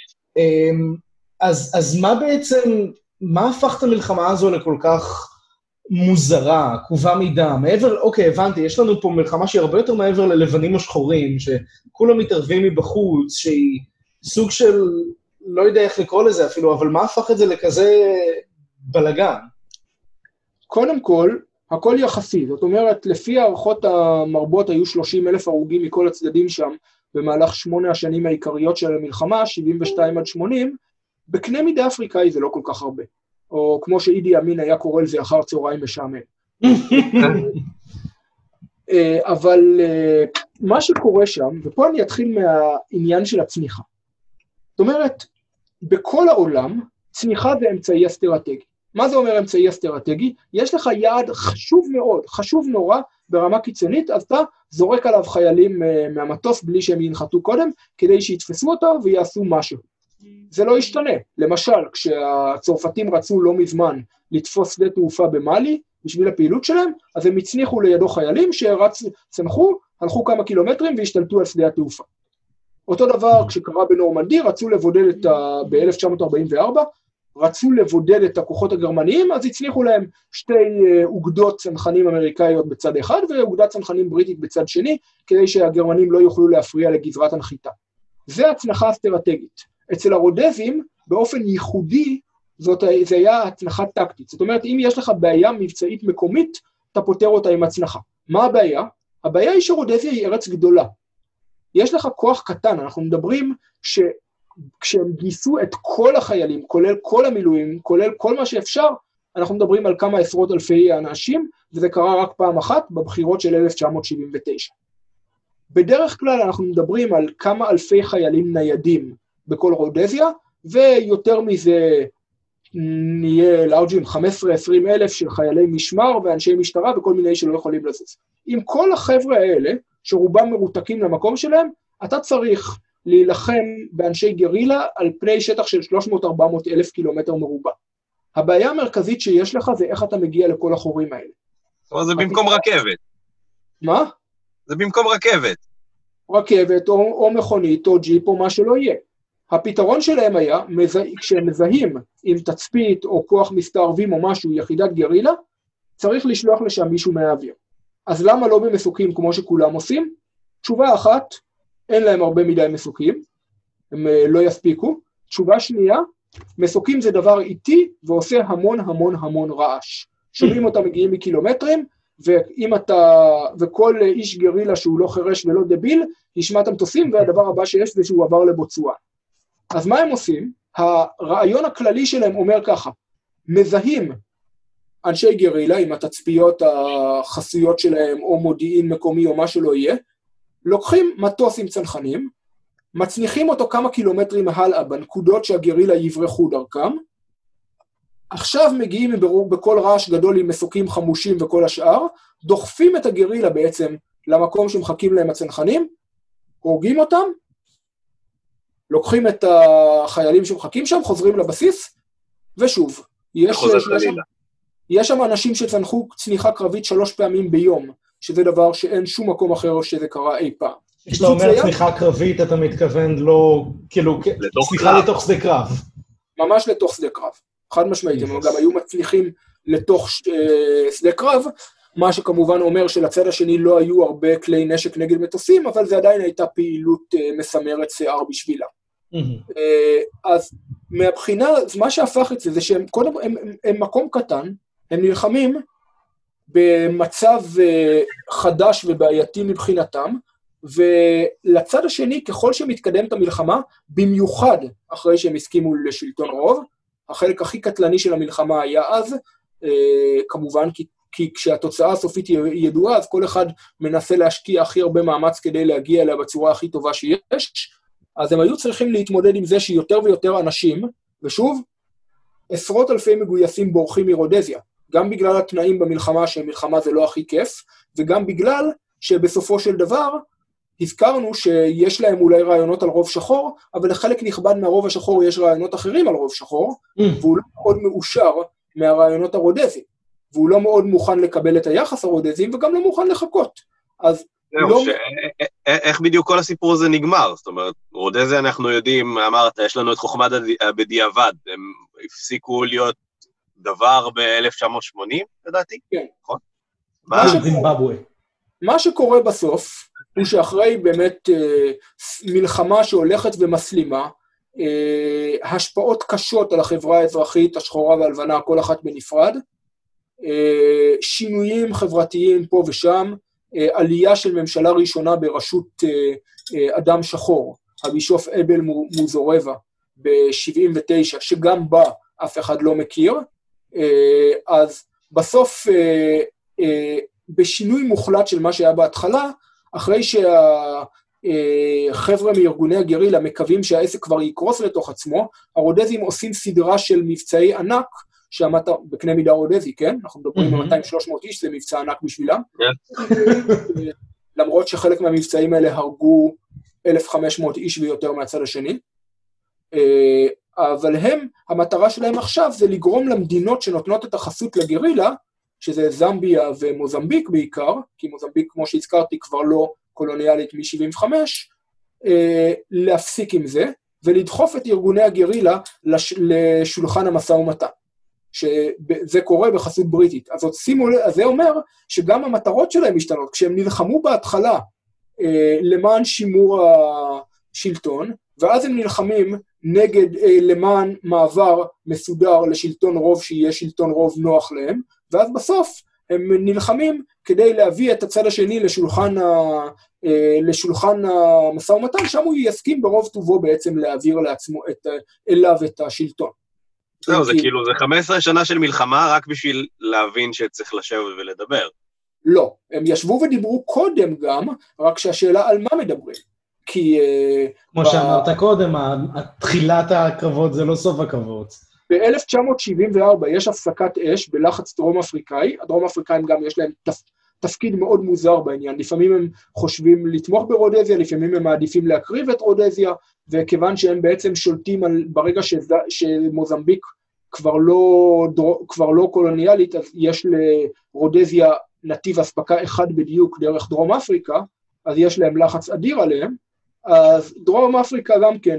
אז מה בעצם, מה הפך את המלחמה הזו לכל כך מוזרה, עקובה מדם? מעבר, אוקיי, הבנתי, יש לנו פה מלחמה שהיא הרבה יותר מעבר ללבנים השחורים, שכולם מתערבים מבחוץ, שהיא סוג של, לא יודע איך לקרוא לזה אפילו, אבל מה הפך את זה לכזה בלגן? קודם כל, הכל יחסי, זאת אומרת, לפי הערכות המרבות היו 30,000 הרוגים מכל הצדדים שם, במהלך 8 השנים העיקריות של המלחמה, 72 עד 80, בקנה מידה אפריקאי זה לא כל כך הרבה. או כמו שאידי אמין היה קורא לזה אחר צהריים משעמם. אבל מה שקורה שם, ופה אני אתחיל מהעניין של הצניחה. זאת אומרת, בכל העולם, צניחה זה אמצעי אסטרטגי. מה זה אומר אמצעי אסטרטגי? יש לך יעד חשוב מאוד, חשוב נורא, ברמה קיצונית, אז אתה זורק עליו חיילים מהמטוס בלי שהם ינחתו קודם, כדי שיתפסו אותו ויעשו משהו. זה לא ישתנה. למשל, כשהצרפתים רצו לא מזמן לתפוס שדה תעופה במאלי, בשביל הפעילות שלהם, אז הם הצניחו לידו חיילים שצנחו, הלכו כמה קילומטרים והשתלטו על שדה התעופה. אותו דבר כשקרה בנורמנדי, רצו לבודד ב-1944, רצו לבודד את הכוחות הגרמניים, אז הצליחו להם 2 אוגדות צנחנים אמריקאיות בצד אחד, ואוגדת צנחנים בריטית בצד שני, כדי שהגרמנים לא יוכלו להפריע לגזרת הנחיתה. זה הצנחה אסטרטגית. אצל הרודזים, באופן ייחודי, זה היה הצנחה טקטית. זאת אומרת, אם יש לך בעיה מבצעית מקומית, אתה פותר אותה עם הצנחה. מה הבעיה? הבעיה היא שרודזיה היא ארץ גדולה. יש לך כוח קטן, אנחנו מדברים כשהם גייסו את כל החיילים, כולל כל המילואים, כולל כל מה שאפשר, אנחנו מדברים על כמה עשרות אלפי אנשים, וזה קרה רק פעם אחת בבחירות של 1979. בדרך כלל אנחנו מדברים על כמה אלפי חיילים ניידים בכל רודזיה, ויותר מזה נהיה לארג'ים 15-20 אלף של חיילי משמר ואנשי משטרה וכל מיני שלא יכולים לזוז. עם כל החבר'ה האלה, שרובם מרותקים למקום שלהם, אתה צריך להילחם באנשי גרילה על פני שטח של 300-400 אלף קילומטר מרובע. הבעיה המרכזית שיש לך זה איך אתה מגיע לכל החורים האלה. אבל זה במקום רכבת. מה? זה במקום רכבת. רכבת או מכונית או ג'יפ או מה שלא יהיה. הפתרון שלהם היה, כשהם מזהים עם תצפית או כוח מסתערבים או משהו, יחידת גרילה, צריך לשלוח לשם מישהו מהאוויר. אז למה לא במסוקים כמו שכולם עושים? תשובה אחת, אין להם הרבה מדי מסוקים, הם לא יספיקו. תשובה שנייה, מסוקים זה דבר איטי ועושה המון המון המון רעש. שומעים אותם מגיעים מקילומטרים, וכל איש גרילה שהוא לא חרש ולא דביל, ישמע את המטוסים, והדבר הבא שיש זה שהוא עבר לבוצואן. אז מה הם עושים? הרעיון הכללי שלהם אומר ככה, מזהים אנשי גרילה עם התצפיות החסויות שלהם, או מודיעין מקומי או מה שלא יהיה, לוקחים מטוס עם צנחנים, מצניחים אותו כמה קילומטרים הלאה בנקודות שהגרילה יברחו דרכם, עכשיו מגיעים בכל רעש גדול עם מסוקים חמושים וכל השאר, דוחפים את הגרילה בעצם למקום שמחכים להם הצנחנים, הורגים אותם, לוקחים את החיילים שמחכים שם, חוזרים לבסיס, ושוב, יש שם אנשים שצנחו צניחה קרבית 3 פעמים ביום, שזה דבר שאין שום מקום אחר שזה קרה אי פעם. כשאתה אומר צניחה קרבית, אתה מתכוון לא, כאילו, צניחה לתוך שדה קרב. ממש לתוך שדה קרב, חד משמעית, הם גם היו מצליחים לתוך שדה קרב, מה שכמובן אומר שלצד השני לא היו הרבה כלי נשק נגד מטוסים, אבל זה עדיין הייתה פעילות מסמרת שיער בשבילה. אז מהבחינה, מה שהפך את זה שהם קודם, הם מקום קטן, הם נלחמים במצב חדש ובעייתי מבחינתם, ולצד השני, ככל שמתקדמת המלחמה, במיוחד אחרי שהם הסכימו לשלטון רוב, החלק הכי קטלני של המלחמה היה אז, כמובן כי כשהתוצאה הסופית ידועה, אז כל אחד מנסה להשקיע הכי הרבה מאמץ כדי להגיע אליה בצורה הכי טובה שיש, אז הם היו צריכים להתמודד עם זה שיותר ויותר אנשים, ושוב, עשרות אלפי מגויסים בורחים מרודזיה, גם בגלל התנאים במלחמה, שמלחמה זה לא הכי כיף, וגם בגלל שבסופו של דבר, הזכרנו שיש להם אולי רעיונות על רוב שחור, אבל לחלק נכבד מהרוב השחור יש רעיונות אחרים על רוב שחור, והוא לא מאוד מאושר מהרעיונות הרודזיים, והוא לא מאוד מוכן לקבל את היחס הרודזיים, וגם לא מוכן לחכות. אז לא... איך בדיוק כל הסיפור הזה נגמר? זאת אומרת, רודזיה אנחנו יודעים, אמרת, יש לנו את חוכמת בדיעבד, הם הפסיקו להיות דבר ב-1980, לדעתי? כן. נכון? מה שקורה בסוף, הוא שאחרי באמת מלחמה שהולכת ומסלימה, השפעות קשות על החברה האזרחית, השחורה והלבנה, כל אחת בנפרד, שינויים חברתיים פה ושם, עלייה של ממשלה ראשונה בראשות אדם שחור, הבישוף אבל מוזורבה, ב-79, שגם בה אף אחד לא מכיר, אז בסוף, בשינוי מוחלט של מה שהיה בהתחלה, אחרי שהחבר'ה מארגוני הגרילה מקווים שהעסק כבר יקרוס לתוך עצמו, הרודזים עושים סדרה של מבצעי ענק, שעמדת בקנה מידה רודזי, כן? אנחנו מדברים על 200-300 איש, זה מבצע ענק בשבילם. למרות שחלק מהמבצעים האלה הרגו 1,500 איש ויותר מהצד השני. אבל המטרה שלהם עכשיו זה לגרום למדינות שנותנות את החסות לגרילה, שזה זמביה ומוזמביק בעיקר, כי מוזמביק, כמו שהזכרתי, כבר לא קולוניאלית מ-75, להפסיק עם זה, ולדחוף את ארגוני הגרילה לשולחן המשא ומתן, שזה קורה בחסות בריטית. אז זה אומר שגם המטרות שלהם משתנות, כשהם נלחמו בהתחלה למען שימור השלטון, ואז הם נלחמים למען מעבר מסודר לשלטון רוב, שיהיה שלטון רוב נוח להם, ואז בסוף הם נלחמים כדי להביא את הצד השני לשולחן המשא ומתן, שם הוא יסכים ברוב טובו בעצם להעביר אליו את השלטון. זהו, זה כאילו, זה 15 שנה של מלחמה רק בשביל להבין שצריך לשבת ולדבר. לא, הם ישבו ודיברו קודם גם, רק שהשאלה על מה מדברים. כי... כמו שאמרת קודם, תחילת הקרבות זה לא סוף הקרבות. ב-1974 יש הפסקת אש בלחץ דרום אפריקאי, הדרום אפריקאים גם יש להם תפקיד מאוד מוזר בעניין, לפעמים הם חושבים לתמוך ברודזיה, לפעמים הם מעדיפים להקריב את רודזיה, וכיוון שהם בעצם שולטים ברגע שמוזמביק כבר לא קולוניאלית, אז יש לרודזיה נתיב הספקה אחד בדיוק דרך דרום אפריקה, אז יש להם לחץ אדיר עליהם, אז דרום אפריקה גם כן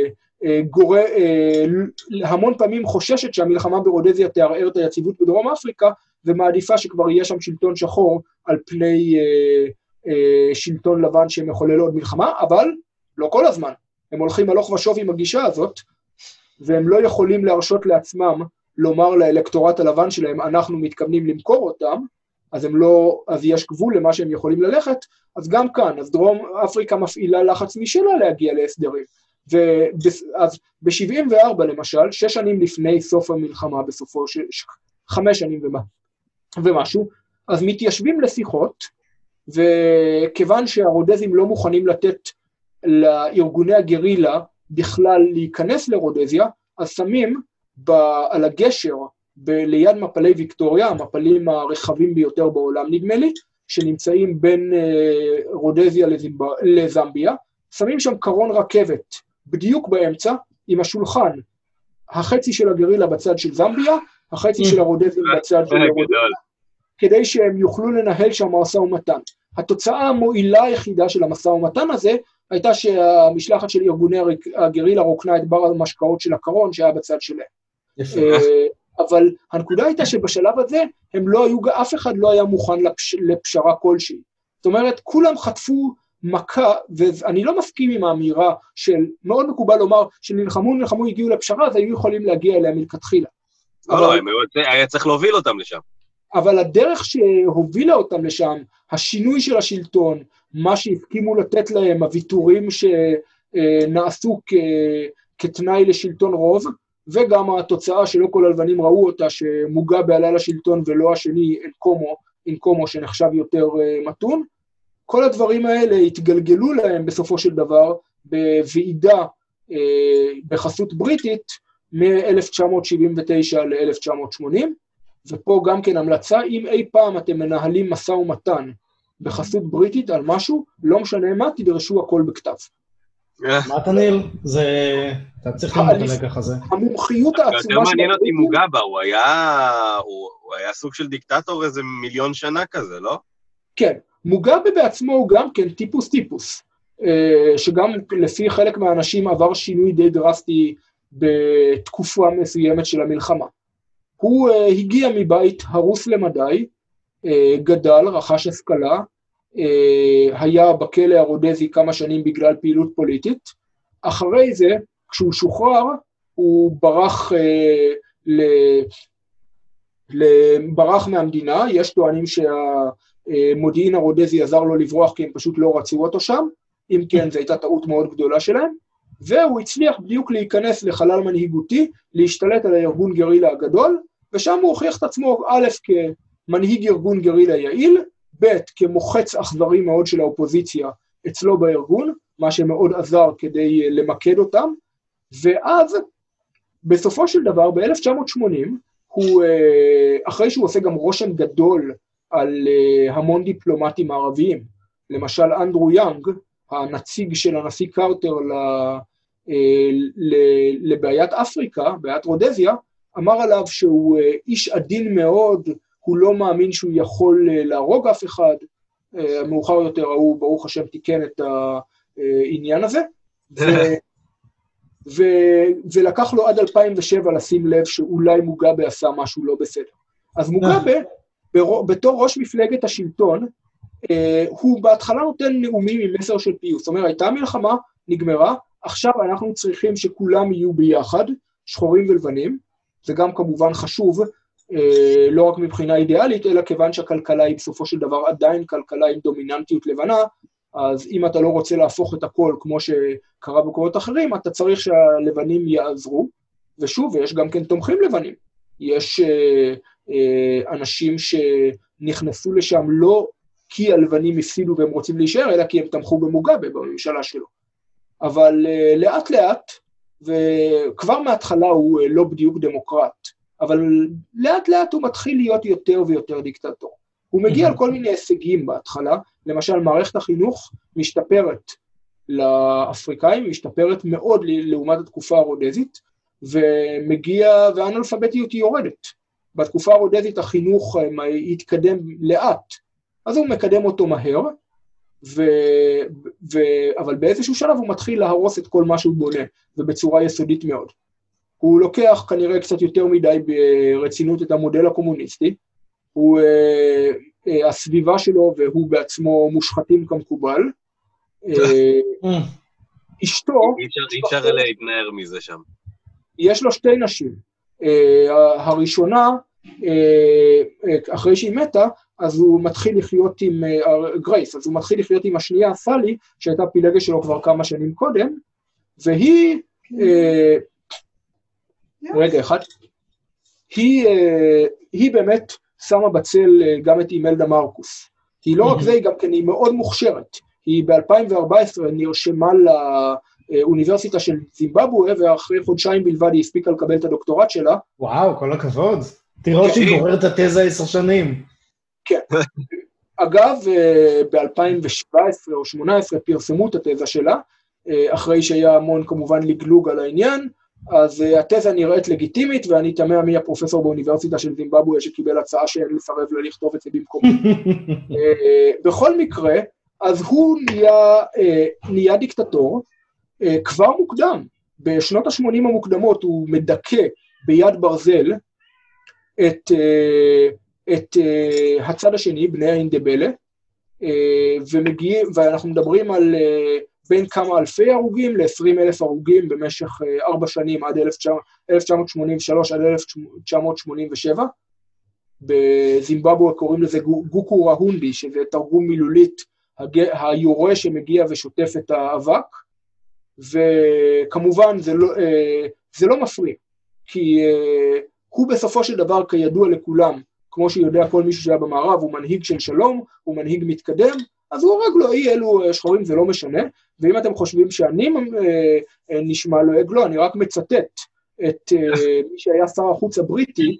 המון פעמים חוששת שהמלחמה ברודזיה תערער את היציבות בדרום אפריקה, ומעדיפה שכבר יהיה שם שלטון שחור על פני שלטון לבן שמחולל עוד מלחמה, אבל לא כל הזמן. הם הולכים הלוך ושוב עם הגישה הזאת, והם לא יכולים להרשות לעצמם לומר לאלקטורט הלבן שלהם, אנחנו מתכוונים למכור אותם, אז יש גבול למה שהם יכולים ללכת, אז גם כאן, אז דרום אפריקה מפעילה לחץ משלה להגיע להסדרים. אז ב-74 למשל, 6 שנים לפני סוף המלחמה, בסופו של 5 שנים ומשהו, אז מתיישבים לשיחות, וכיוון שהרודזים לא מוכנים לתת לארגוני הגרילה בכלל להיכנס לרודזיה, אז שמים על הגשר ליד מפלי ויקטוריה, המפלים הרחבים ביותר בעולם נדמה לי, שנמצאים בין רודזיה לזמביה, שמים שם קרון רכבת בדיוק באמצע, עם השולחן, החצי של הגרילה בצד של זמביה, החצי של הרודזים בצד של הרודזיה, כדי שהם יוכלו לנהל שם משא ומתן. התוצאה המועילה היחידה של המשא ומתן הזה, הייתה שהמשלחת של ארגוני הגרילה רוקנה את בר המשקאות של הקרון שהיה בצד שלהם. אבל הנקודה הייתה שבשלב הזה, אף אחד לא היה מוכן לפשרה כלשהי. זאת אומרת, כולם חטפו מכה, ואני לא מסכים עם האמירה של, מאוד מקובל לומר, שנלחמו, הגיעו לפשרה, אז היו יכולים להגיע אליה מלכתחילה. לא, היה צריך להוביל אותם לשם. אבל הדרך שהובילה אותם לשם, השינוי של השלטון, מה שהסכימו לתת להם, הוויתורים שנעשו כתנאי לשלטון רוב, וגם התוצאה שלא כל הלבנים ראו אותה, שמוגאבה עלה לשלטון ולא השני אינקומו שנחשב יותר מתון, כל הדברים האלה התגלגלו להם בסופו של דבר בוועידה בחסות בריטית מ-1979 ל-1980, ופה גם כן המלצה, אם אי פעם אתם מנהלים משא ומתן בחסות בריטית על משהו, לא משנה מה, תדרשו הכל בכתב. מה תניל? אתה צריך ללמוד הלקח הזה. המומחיות העצומה... יותר מעניין אותי מוגאבה, הוא היה סוג של דיקטטור איזה 1,000,000 שנה כזה, לא? כן, מוגאבה בעצמו הוא גם כן טיפוס, שגם לפי חלק מהאנשים עבר שינוי די דרסטי בתקופה מסוימת של המלחמה. הוא הגיע מבית הרוס למדי, גדל, רכש השכלה, היה בכלא הרודזי כמה שנים בגלל פעילות פוליטית, אחרי זה, כשהוא שוחרר, הוא ברח מהמדינה, יש טוענים שהמודיעין הרודזי עזר לו לברוח כי הם פשוט לא רצו אותו שם, אם כן זו הייתה טעות מאוד גדולה שלהם, והוא הצליח בדיוק להיכנס לחלל מנהיגותי, להשתלט על הארגון גרילה הגדול, ושם הוא הוכיח את עצמו א' כמנהיג ארגון גרילה יעיל, ב' כמוחץ אכזרי מאוד של האופוזיציה אצלו בארגון, מה שמאוד עזר כדי למקד אותם, ואז בסופו של דבר ב-1980, אחרי שהוא עושה גם רושם גדול על המון דיפלומטים ערביים, למשל אנדרו יאנג, הנציג של הנשיא קרטר לבעיית אפריקה, בעיית רודזיה, אמר עליו שהוא איש עדין מאוד, הוא לא מאמין שהוא יכול להרוג אף אחד, מאוחר יותר הוא ברוך השם תיקן את העניין הזה, ולקח לו עד 2007 לשים לב שאולי מוגאבה עשה משהו לא בסדר. אז מוגאבה, בתור ראש מפלגת השלטון, הוא בהתחלה נותן נאומים עם מסר של פיוס, זאת אומרת, הייתה מלחמה, נגמרה, עכשיו אנחנו צריכים שכולם יהיו ביחד, שחורים ולבנים, זה גם כמובן חשוב, לא רק מבחינה אידיאלית, אלא כיוון שהכלכלה היא בסופו של דבר עדיין כלכלה עם דומיננטיות לבנה, אז אם אתה לא רוצה להפוך את הכל כמו שקרה במקומות אחרים, אתה צריך שהלבנים יעזרו, ושוב, יש גם כן תומכים לבנים. יש אנשים שנכנסו לשם לא כי הלבנים הפסידו והם רוצים להישאר, אלא כי הם תמכו במוגאבה בממשלה שלו. אבל לאט לאט, וכבר מההתחלה הוא לא בדיוק דמוקרט, אבל לאט לאט הוא מתחיל להיות יותר ויותר דיקטטור. הוא מגיע על כל מיני הישגים בהתחלה, למשל מערכת החינוך משתפרת לאפריקאים, משתפרת מאוד לעומת התקופה הרודזית, והאנאלפביתיות היא יורדת. בתקופה הרודזית החינוך התקדם לאט, אז הוא מקדם אותו מהר, אבל באיזשהו שלב הוא מתחיל להרוס את כל מה שהוא בונה, ובצורה יסודית מאוד. הוא לוקח כנראה קצת יותר מדי ברצינות את המודל הקומוניסטי, הסביבה שלו והוא בעצמו מושחתים כמקובל. אשתו... אי אפשר להתנער מזה שם. יש לו שתי נשים. הראשונה, אחרי שהיא מתה, אז הוא מתחיל לחיות עם גרייס, אז הוא מתחיל לחיות עם השנייה, סלי, שהייתה פילגה שלו כבר כמה שנים קודם, והיא... רגע אחד. היא באמת שמה בצל גם את אימלדה מרקוס. היא לא רק זה, היא גם כן היא מאוד מוכשרת. היא ב-2014 נרשמה לאוניברסיטה של זימבבואה, ואחרי חודשיים בלבד היא הספיקה לקבל את הדוקטורט שלה. וואו, כל הכבוד. תראו שהיא גוררת את התזה 10 שנים. כן. אגב, ב-2017 או 2018 פרסמו את התזה שלה, אחרי שהיה המון כמובן לגלוג על העניין, אז התזה נראית לגיטימית, ואני תמה מי הפרופסור באוניברסיטה של זימבבואה שקיבל הצעה שאין לסרב לה לכתוב את זה במקום. בכל מקרה, אז הוא נהיה דיקטטור, כבר מוקדם, בשנות ה-80 המוקדמות הוא מדכא ביד ברזל את הצד השני, בני האינדבלה, ואנחנו מדברים על בין כמה אלפי הרוגים ל-20,000 הרוגים במשך 4 שנים עד 1983 עד 1987. בזימבבואה קוראים לזה גוקו ראונדי, שזה תרגום מילולית, היורה שמגיע ושוטף את האבק, וכמובן זה לא מפריע, כי הוא בסופו של דבר כידוע לכולם, כמו שיודע כל מישהו שהיה במערב, הוא מנהיג של שלום, הוא מנהיג מתקדם, אז הוא הורג לו, אלו שחורים, זה לא משנה, ואם אתם חושבים שאני נשמע לועג לו, אני רק מצטט את מי שהיה שר החוץ הבריטי,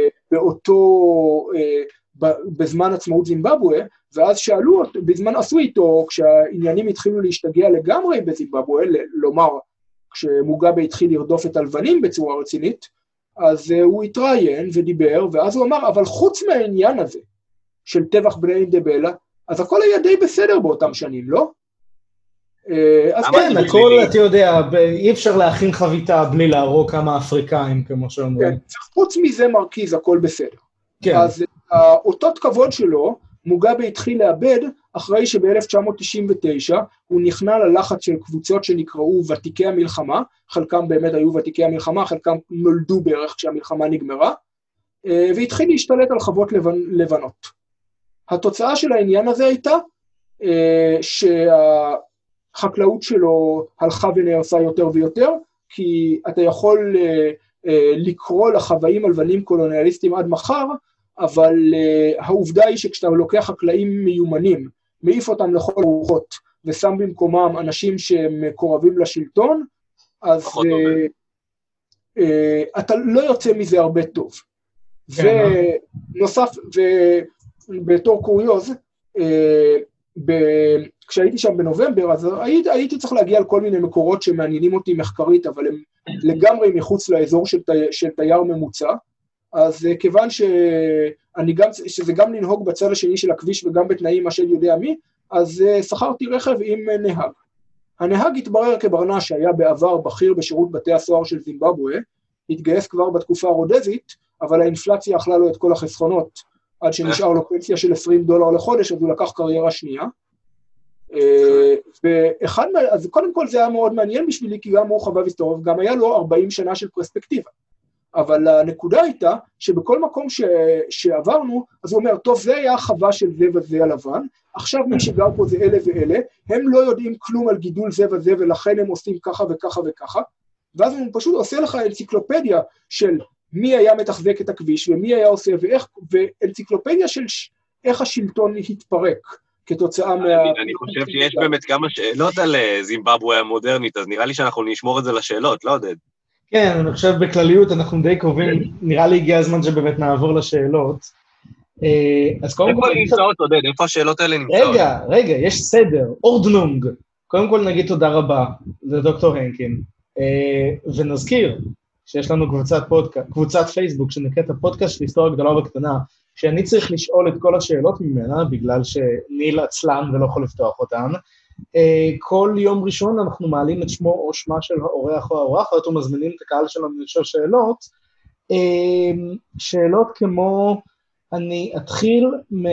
בזמן עצמאות זימבבואה, ואז שאלו אותו, בזמן עשו איתו, כשהעניינים התחילו להשתגע לגמרי בזימבבואה, לומר, כשמוגאבה התחיל לרדוף את הלבנים בצורה רצינית, אז הוא התראיין ודיבר, ואז הוא אמר, אבל חוץ מהעניין הזה, של טבח בני אינדבלה, אז הכל היה די בסדר באותם שנים, לא? אז כן, הכל, אתה יודע, אי אפשר להכין חביתה בלי להרוג כמה אפריקאים, כמו שאומרים. חוץ מזה מרכיז, הכל בסדר. אז אותות כבוד שלו, מוגאבה התחיל לאבד, אחרי שב-1999 הוא נכנע ללחץ של קבוצות שנקראו ותיקי המלחמה, חלקם באמת היו ותיקי המלחמה, חלקם נולדו בערך כשהמלחמה נגמרה, והתחיל להשתלט על חוות לבנות. התוצאה של העניין הזה הייתה, שהחקלאות שלו הלכה ונהרסה יותר ויותר, כי אתה יכול לקרוא לחוואים הלבנים קולוניאליסטים עד מחר, אבל העובדה היא שכשאתה לוקח חקלאים מיומנים, מעיף אותם לכל הרוחות, ושם במקומם אנשים שמקורבים לשלטון, אז אתה לא יוצא מזה הרבה טוב. ונוסף, ובתור קוריוז, כשהייתי שם בנובמבר, אז הייתי צריך להגיע על כל מיני מקורות שמעניינים אותי מחקרית, אבל הם לגמרי מחוץ לאזור של תייר ממוצע, אז כיוון שזה גם לנהוג בצד השני של הכביש וגם בתנאים מה שאני יודע מי, אז שכרתי רכב עם נהג. הנהג התברר כברנש שהיה בעבר בכיר בשירות בתי הסוהר של זימבבואה, התגייס כבר בתקופה הרודזית, אבל האינפלציה אכלה לו את כל החסכונות, עד שנשאר לו פנסיה של $20 לחודש, אז הוא לקח קריירה שנייה. אז קודם כל זה היה מאוד מעניין בשבילי, כי גם הוא חבב היסטוריה, גם היה לו 40 שנה של פרספקטיבה. אבל הנקודה הייתה שבכל מקום שעברנו, אז הוא אומר, טוב, זה היה החווה של זה וזה הלבן, עכשיו מי שגר פה זה אלה ואלה, הם לא יודעים כלום על גידול זה וזה, ולכן הם עושים ככה וככה וככה, ואז הוא פשוט עושה לך אנציקלופדיה של מי היה מתחזק את הכביש, ומי היה עושה ואיך, ואנציקלופדיה של איך השלטון התפרק, כתוצאה אני חושב שיש באמת כמה שאלות על זימבבואה המודרנית, אז נראה לי שאנחנו נשמור את זה לשאלות, לא עודד? כן, אני חושב בכלליות אנחנו די קרובים, נראה לי הגיע הזמן שבאמת נעבור לשאלות. אז קודם כל... איפה נמצאות, עודד? איפה השאלות האלה נמצאות? רגע, יש סדר, אורדנונג. קודם כל נגיד תודה רבה לדוקטור הנקין, ונזכיר שיש לנו קבוצת פייסבוק שנקראת הפודקאסט של היסטוריה גדולה וקטנה, שאני צריך לשאול את כל השאלות ממנה, בגלל שניל עצלן ולא יכול לפתוח אותן. כל יום ראשון אנחנו מעלים את שמו או שמה של האורח או האורחת, ומזמינים את הקהל שלנו לשאול שאלות. שאלות כמו, אני אתחיל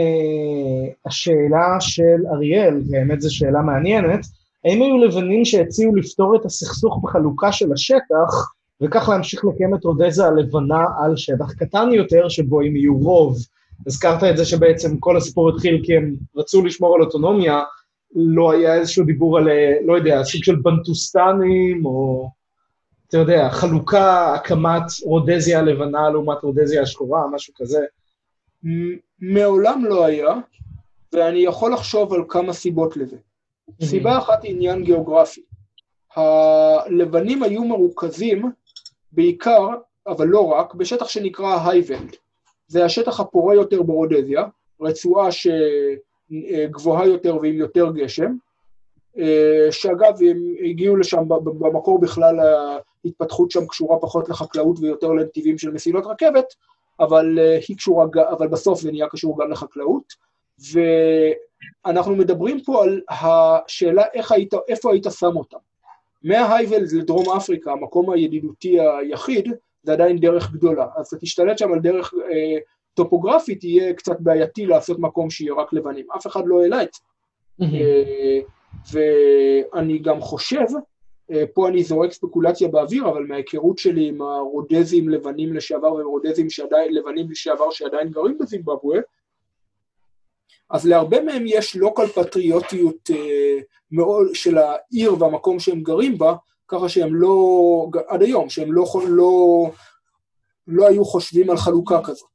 מהשאלה של אריאל, באמת זו שאלה מעניינת, האם היו לבנים שהציעו לפתור את הסכסוך בחלוקה של השטח, וכך להמשיך לקיים את רודזה הלבנה על שטח קטן יותר, שבו הם יהיו רוב? הזכרת את זה שבעצם כל הסיפור התחיל כי הם רצו לשמור על אוטונומיה, לא היה איזשהו דיבור על, לא יודע, סוג של בנטוסטנים, או, אתה יודע, חלוקה, הקמת רודזיה הלבנה לעומת רודזיה השחורה, משהו כזה. מעולם לא היה, ואני יכול לחשוב על כמה סיבות לזה. סיבה אחת היא עניין גיאוגרפי. הלבנים היו מרוכזים בעיקר, אבל לא רק, בשטח שנקרא הייבנד. זה השטח הפורה יותר ברודזיה, רצועה שגבוהה יותר ועם יותר גשם, שאגב הם הגיעו לשם במקור בכלל ההתפתחות שם קשורה פחות לחקלאות ויותר לנתיבים של מסילות רכבת, אבל בסוף זה נהיה קשור גם לחקלאות, ואנחנו מדברים פה על השאלה איפה היית שם אותם. מההייבנד לדרום אפריקה, המקום הידידותי היחיד, זה עדיין דרך גדולה, אז אתה תשתלט שם על דרך טופוגרפית, יהיה קצת בעייתי לעשות מקום שיהיה רק לבנים, אף אחד לא העלה את זה. ואני גם חושב, פה אני זורק ספקולציה באוויר, אבל מההיכרות שלי עם הרודזים לבנים לשעבר, ורודזים לבנים לשעבר שעדיין גרים בזימבבואה, אז להרבה מהם יש לוקל פטריוטיות של העיר והמקום שהם גרים בה, ככה שהם לא, עד היום, שהם לא היו חושבים על חלוקה כזאת.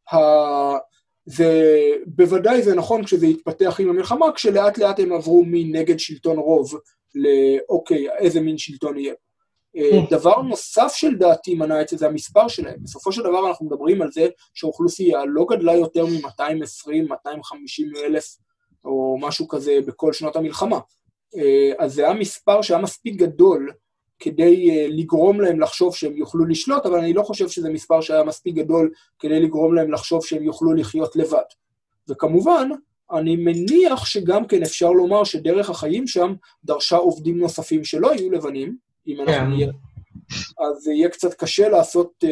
בוודאי זה נכון כשזה התפתח עם המלחמה, כשלאט לאט הם עברו מנגד שלטון רוב, לאוקיי, איזה מין שלטון יהיה. דבר נוסף של דעתי מנע את זה, זה המספר שלהם. בסופו של דבר אנחנו מדברים על זה שהאוכלוסייה לא גדלה יותר מ-220-250 אלף, או משהו כזה בכל שנות המלחמה. אז זה היה מספר שהיה מספיק גדול, כדי לגרום להם לחשוב שהם יוכלו לשלוט, אבל אני לא חושב שזה מספר שהיה מספיק גדול, כדי לגרום להם לחשוב שהם יוכלו לחיות לבד. וכמובן, אני מניח שגם כן אפשר לומר שדרך החיים שם, דרשה עובדים נוספים שלא יהיו לבנים, אם אנחנו נהיה. אז יהיה קצת קשה לעשות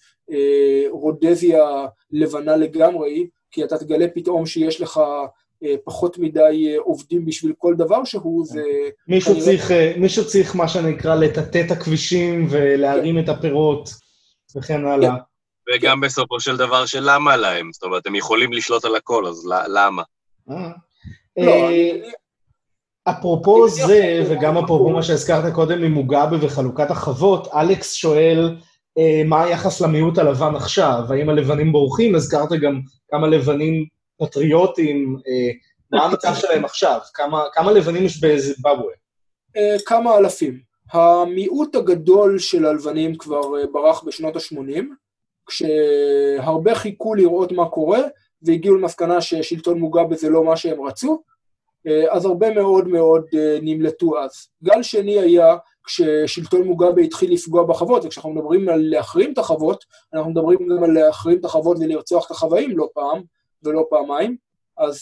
רודזיה לבנה לגמרי, כי אתה תגלה פתאום שיש לך פחות מדי עובדים בשביל כל דבר שהוא, זה... מישהו צריך מה שנקרא לטאטא את הכבישים ולהרים את הפירות וכן הלאה. וגם בסופו של דבר של למה להם, זאת אומרת, הם יכולים לשלוט על הכל, אז למה? אפרופו זה, וגם אפרופו מה שהזכרת קודם ממוגאבה וחלוקת החוות, אלכס שואל מה היחס למיעוט הלבן עכשיו, האם הלבנים בורחים, הזכרת גם כמה לבנים פטריוטים, מה המצב שלהם עכשיו, כמה לבנים יש בזימבבואה? כמה אלפים. המיעוט הגדול של הלבנים כבר ברח בשנות ה-80, כשהרבה חיכו לראות מה קורה, והגיעו למסקנה ששלטון מוגאבה זה לא מה שהם רצו, אז הרבה מאוד מאוד נמלטו אז. גל שני היה כששלטון מוגאבה התחיל לפגוע בחוות, וכשאנחנו מדברים על להחרים את החוות, אנחנו מדברים גם על להחרים את החוות ולרצוח את החוואים לא פעם ולא פעמיים, אז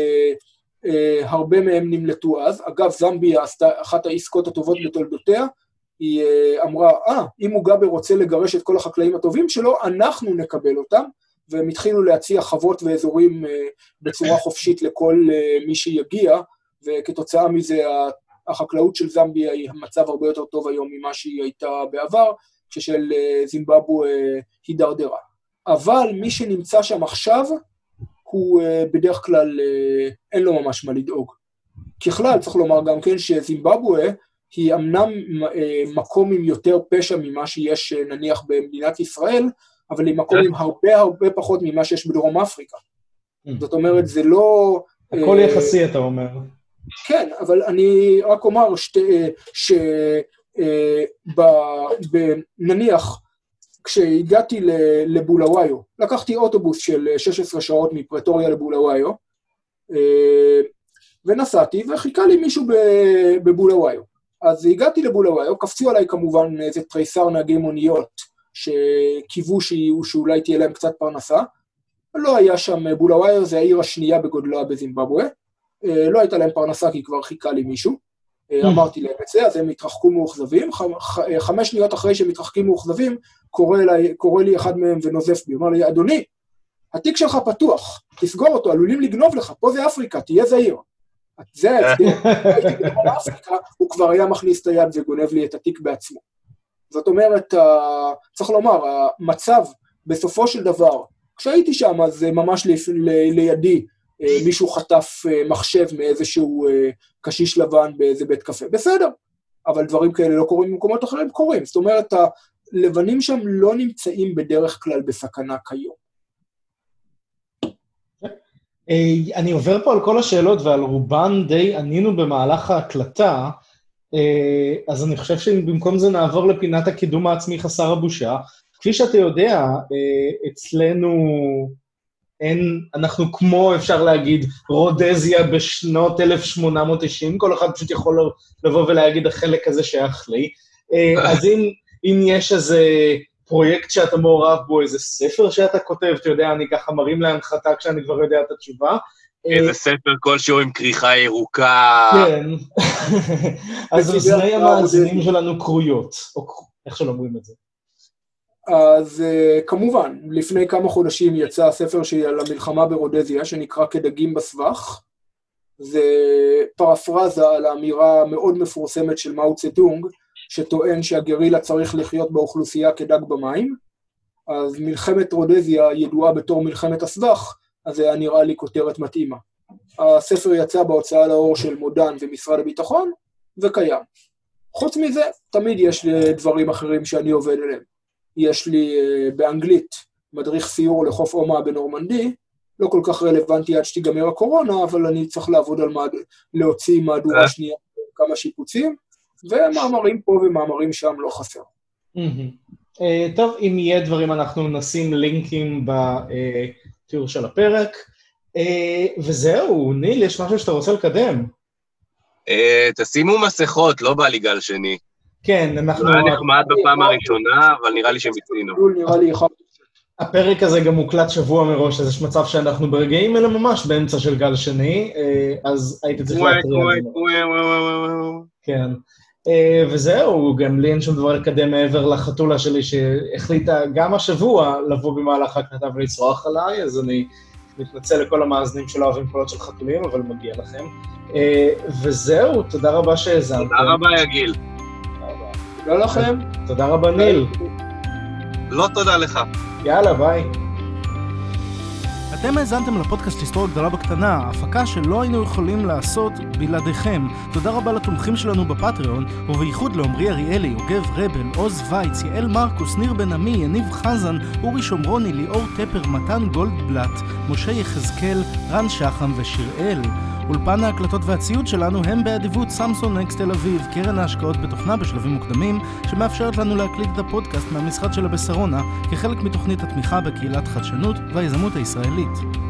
הרבה מהם נמלטו אז. אגב, זמביה עשתה אחת העסקות הטובות בתולדותיה, היא אמרה, אם מוגאבה רוצה לגרש את כל החקלאים הטובים שלו, אנחנו נקבל אותם, והם התחילו להציע חוות ואזורים בצורה חופשית לכל מי שיגיע, וכתוצאה מזה החקלאות של זמביה היא המצב הרבה יותר טוב היום ממה שהיא הייתה בעבר, כששל זימבבואה הידרדרה. אבל מי שנמצא שם עכשיו, הוא בדרך כלל אין לו ממש מה לדאוג. ככלל צריך לומר גם כן שזימבבואה היא אמנם מקום עם יותר פשע ממה שיש נניח במדינת ישראל, אבל היא מקום עם הרבה הרבה פחות ממה שיש בדרום אפריקה. זאת אומרת, זה לא... הכל יחסי, אתה אומר. כן, אבל אני רק אומר נניח, כשהגעתי לבולאוויו, לקחתי אוטובוס של 16 שעות מפרטוריה לבולאוויו, ונסעתי, וחיכה לי מישהו בבולאוויו. אז הגעתי לבולאוויו, קפצו עליי כמובן איזה תריסר נהגי מוניות, שקיוו שאולי תהיה להם קצת פרנסה. לא היה שם, בולאוויו זה העיר השנייה בגודלה בזימבבואה, לא הייתה להם פרנסה כי כבר חיכה לי מישהו, אמרתי להם את זה, אז הם התרחקו מאוכזבים, 5 שניות אחרי שהם מתרחקים מאוכזבים, קורא לי אחד מהם ונוזף בי, אומר לי, אדוני, התיק שלך פתוח, תסגור אותו, עלולים לגנוב לך, פה זה אפריקה, תהיה זהיר. זה ההצדק, הייתי בדרום אפריקה, הוא כבר היה מכניס את היד וגונב לי את התיק בעצמו. זאת אומרת, צריך לומר, המצב בסופו של דבר, כשהייתי שם, אז ממש לידי, מישהו חטף מחשב מאיזשהו קשיש לבן באיזה בית קפה. בסדר, אבל דברים כאלה לא קורים במקומות אחרים, קורים. זאת אומרת, הלבנים שם לא נמצאים בדרך כלל בסכנה כיום. אני עובר פה על כל השאלות, ועל רובן די ענינו במהלך ההקלטה, אז אני חושב שבמקום זה נעבור לפינת הקידום העצמי חסר הבושה. כפי שאתה יודע, אצלנו אנחנו כמו, אפשר להגיד, רודזיה בשנות 1890, כל אחד פשוט יכול לבוא ולהגיד החלק הזה שייך לי. אז אם יש איזה פרויקט שאתה מעורב בו, איזה ספר שאתה כותב, אתה יודע, אני ככה מרים להנחתה כשאני כבר יודע את התשובה. איזה ספר כלשהו עם כריכה ירוקה. כן. אז אוזני המאזינים שלנו קרויות, או איך שלא אומרים את זה. אז כמובן, לפני כמה חודשים יצא הספר שלי על המלחמה ברודזיה, שנקרא כדגים בסבך. זה פרפרזה על האמירה מאוד מפורסמת של מאו צדונג, שטוען שהגרילה צריך לחיות באוכלוסייה כדג במים. אז מלחמת רודזיה ידועה בתור מלחמת הסבך, אז זה היה נראה לי כותרת מתאימה. הספר יצא בהוצאה לאור של מודן ומשרד הביטחון, וקיים. חוץ מזה, תמיד יש לי דברים אחרים שאני עובד עליהם. יש לי באנגלית מדריך סיור לחוף אומה בנורמנדי, לא כל כך רלוונטי עד שתיגמר הקורונה, אבל אני צריך לעבוד על להוציא מהדורה שנייה כמה שיפוצים, ומאמרים פה ומאמרים שם לא חסר. טוב, אם יהיה דברים אנחנו נשים לינקים בתיאור של הפרק, וזהו, ניל, יש משהו שאתה רוצה לקדם? תשימו מסכות, לא בא לי גל שני. כן, אנחנו... לא היה נחמד בפעם הראשונה, אבל נראה לי שהם הצלינו. נראה לי אחד. הפרק הזה גם מוקלט שבוע מראש, אז יש מצב שאנחנו ברגעים אלה ממש באמצע של גל שני, אז הייתי צריך להתריע. כן. וזהו, גם לי אין שום דבר לקדם מעבר לחתולה שלי, שהחליטה גם השבוע לבוא במהלך ההקלטה ולצרוח עליי, אז אני מתנצל לכל המאזינים שלא אוהבים קולות של חתולים, אבל מגיע לכם. וזהו, תודה רבה שהאזנתם. תודה רבה, יגיל. תודה לכם. תודה רבה, ניל. לא תודה לך. יאללה, ביי. אתם האזנתם לפודקאסט היסטוריה גדולה בקטנה, הפקה שלא היינו יכולים לעשות בלעדיכם. תודה רבה לתומכים שלנו בפטריון, ובייחוד לעומרי אריאלי, יוגב רבל, עוז וייץ, יעל מרקוס, ניר בן עמי, יניב חזן, אורי שומרוני, ליאור טפר, מתן גולדבלט, משה יחזקאל, רן שחם ושיראל. אולפן ההקלטות והציוד שלנו הם באדיבות סמסון נקסט תל אביב, קרן ההשקעות בתוכנה בשלבים מוקדמים, שמאפשרת לנו להקליט את הפודקאסט מהמשרד שלה בשרונה, כחלק מתוכנית התמיכה בקהילת חדשנות והיזמות הישראלית.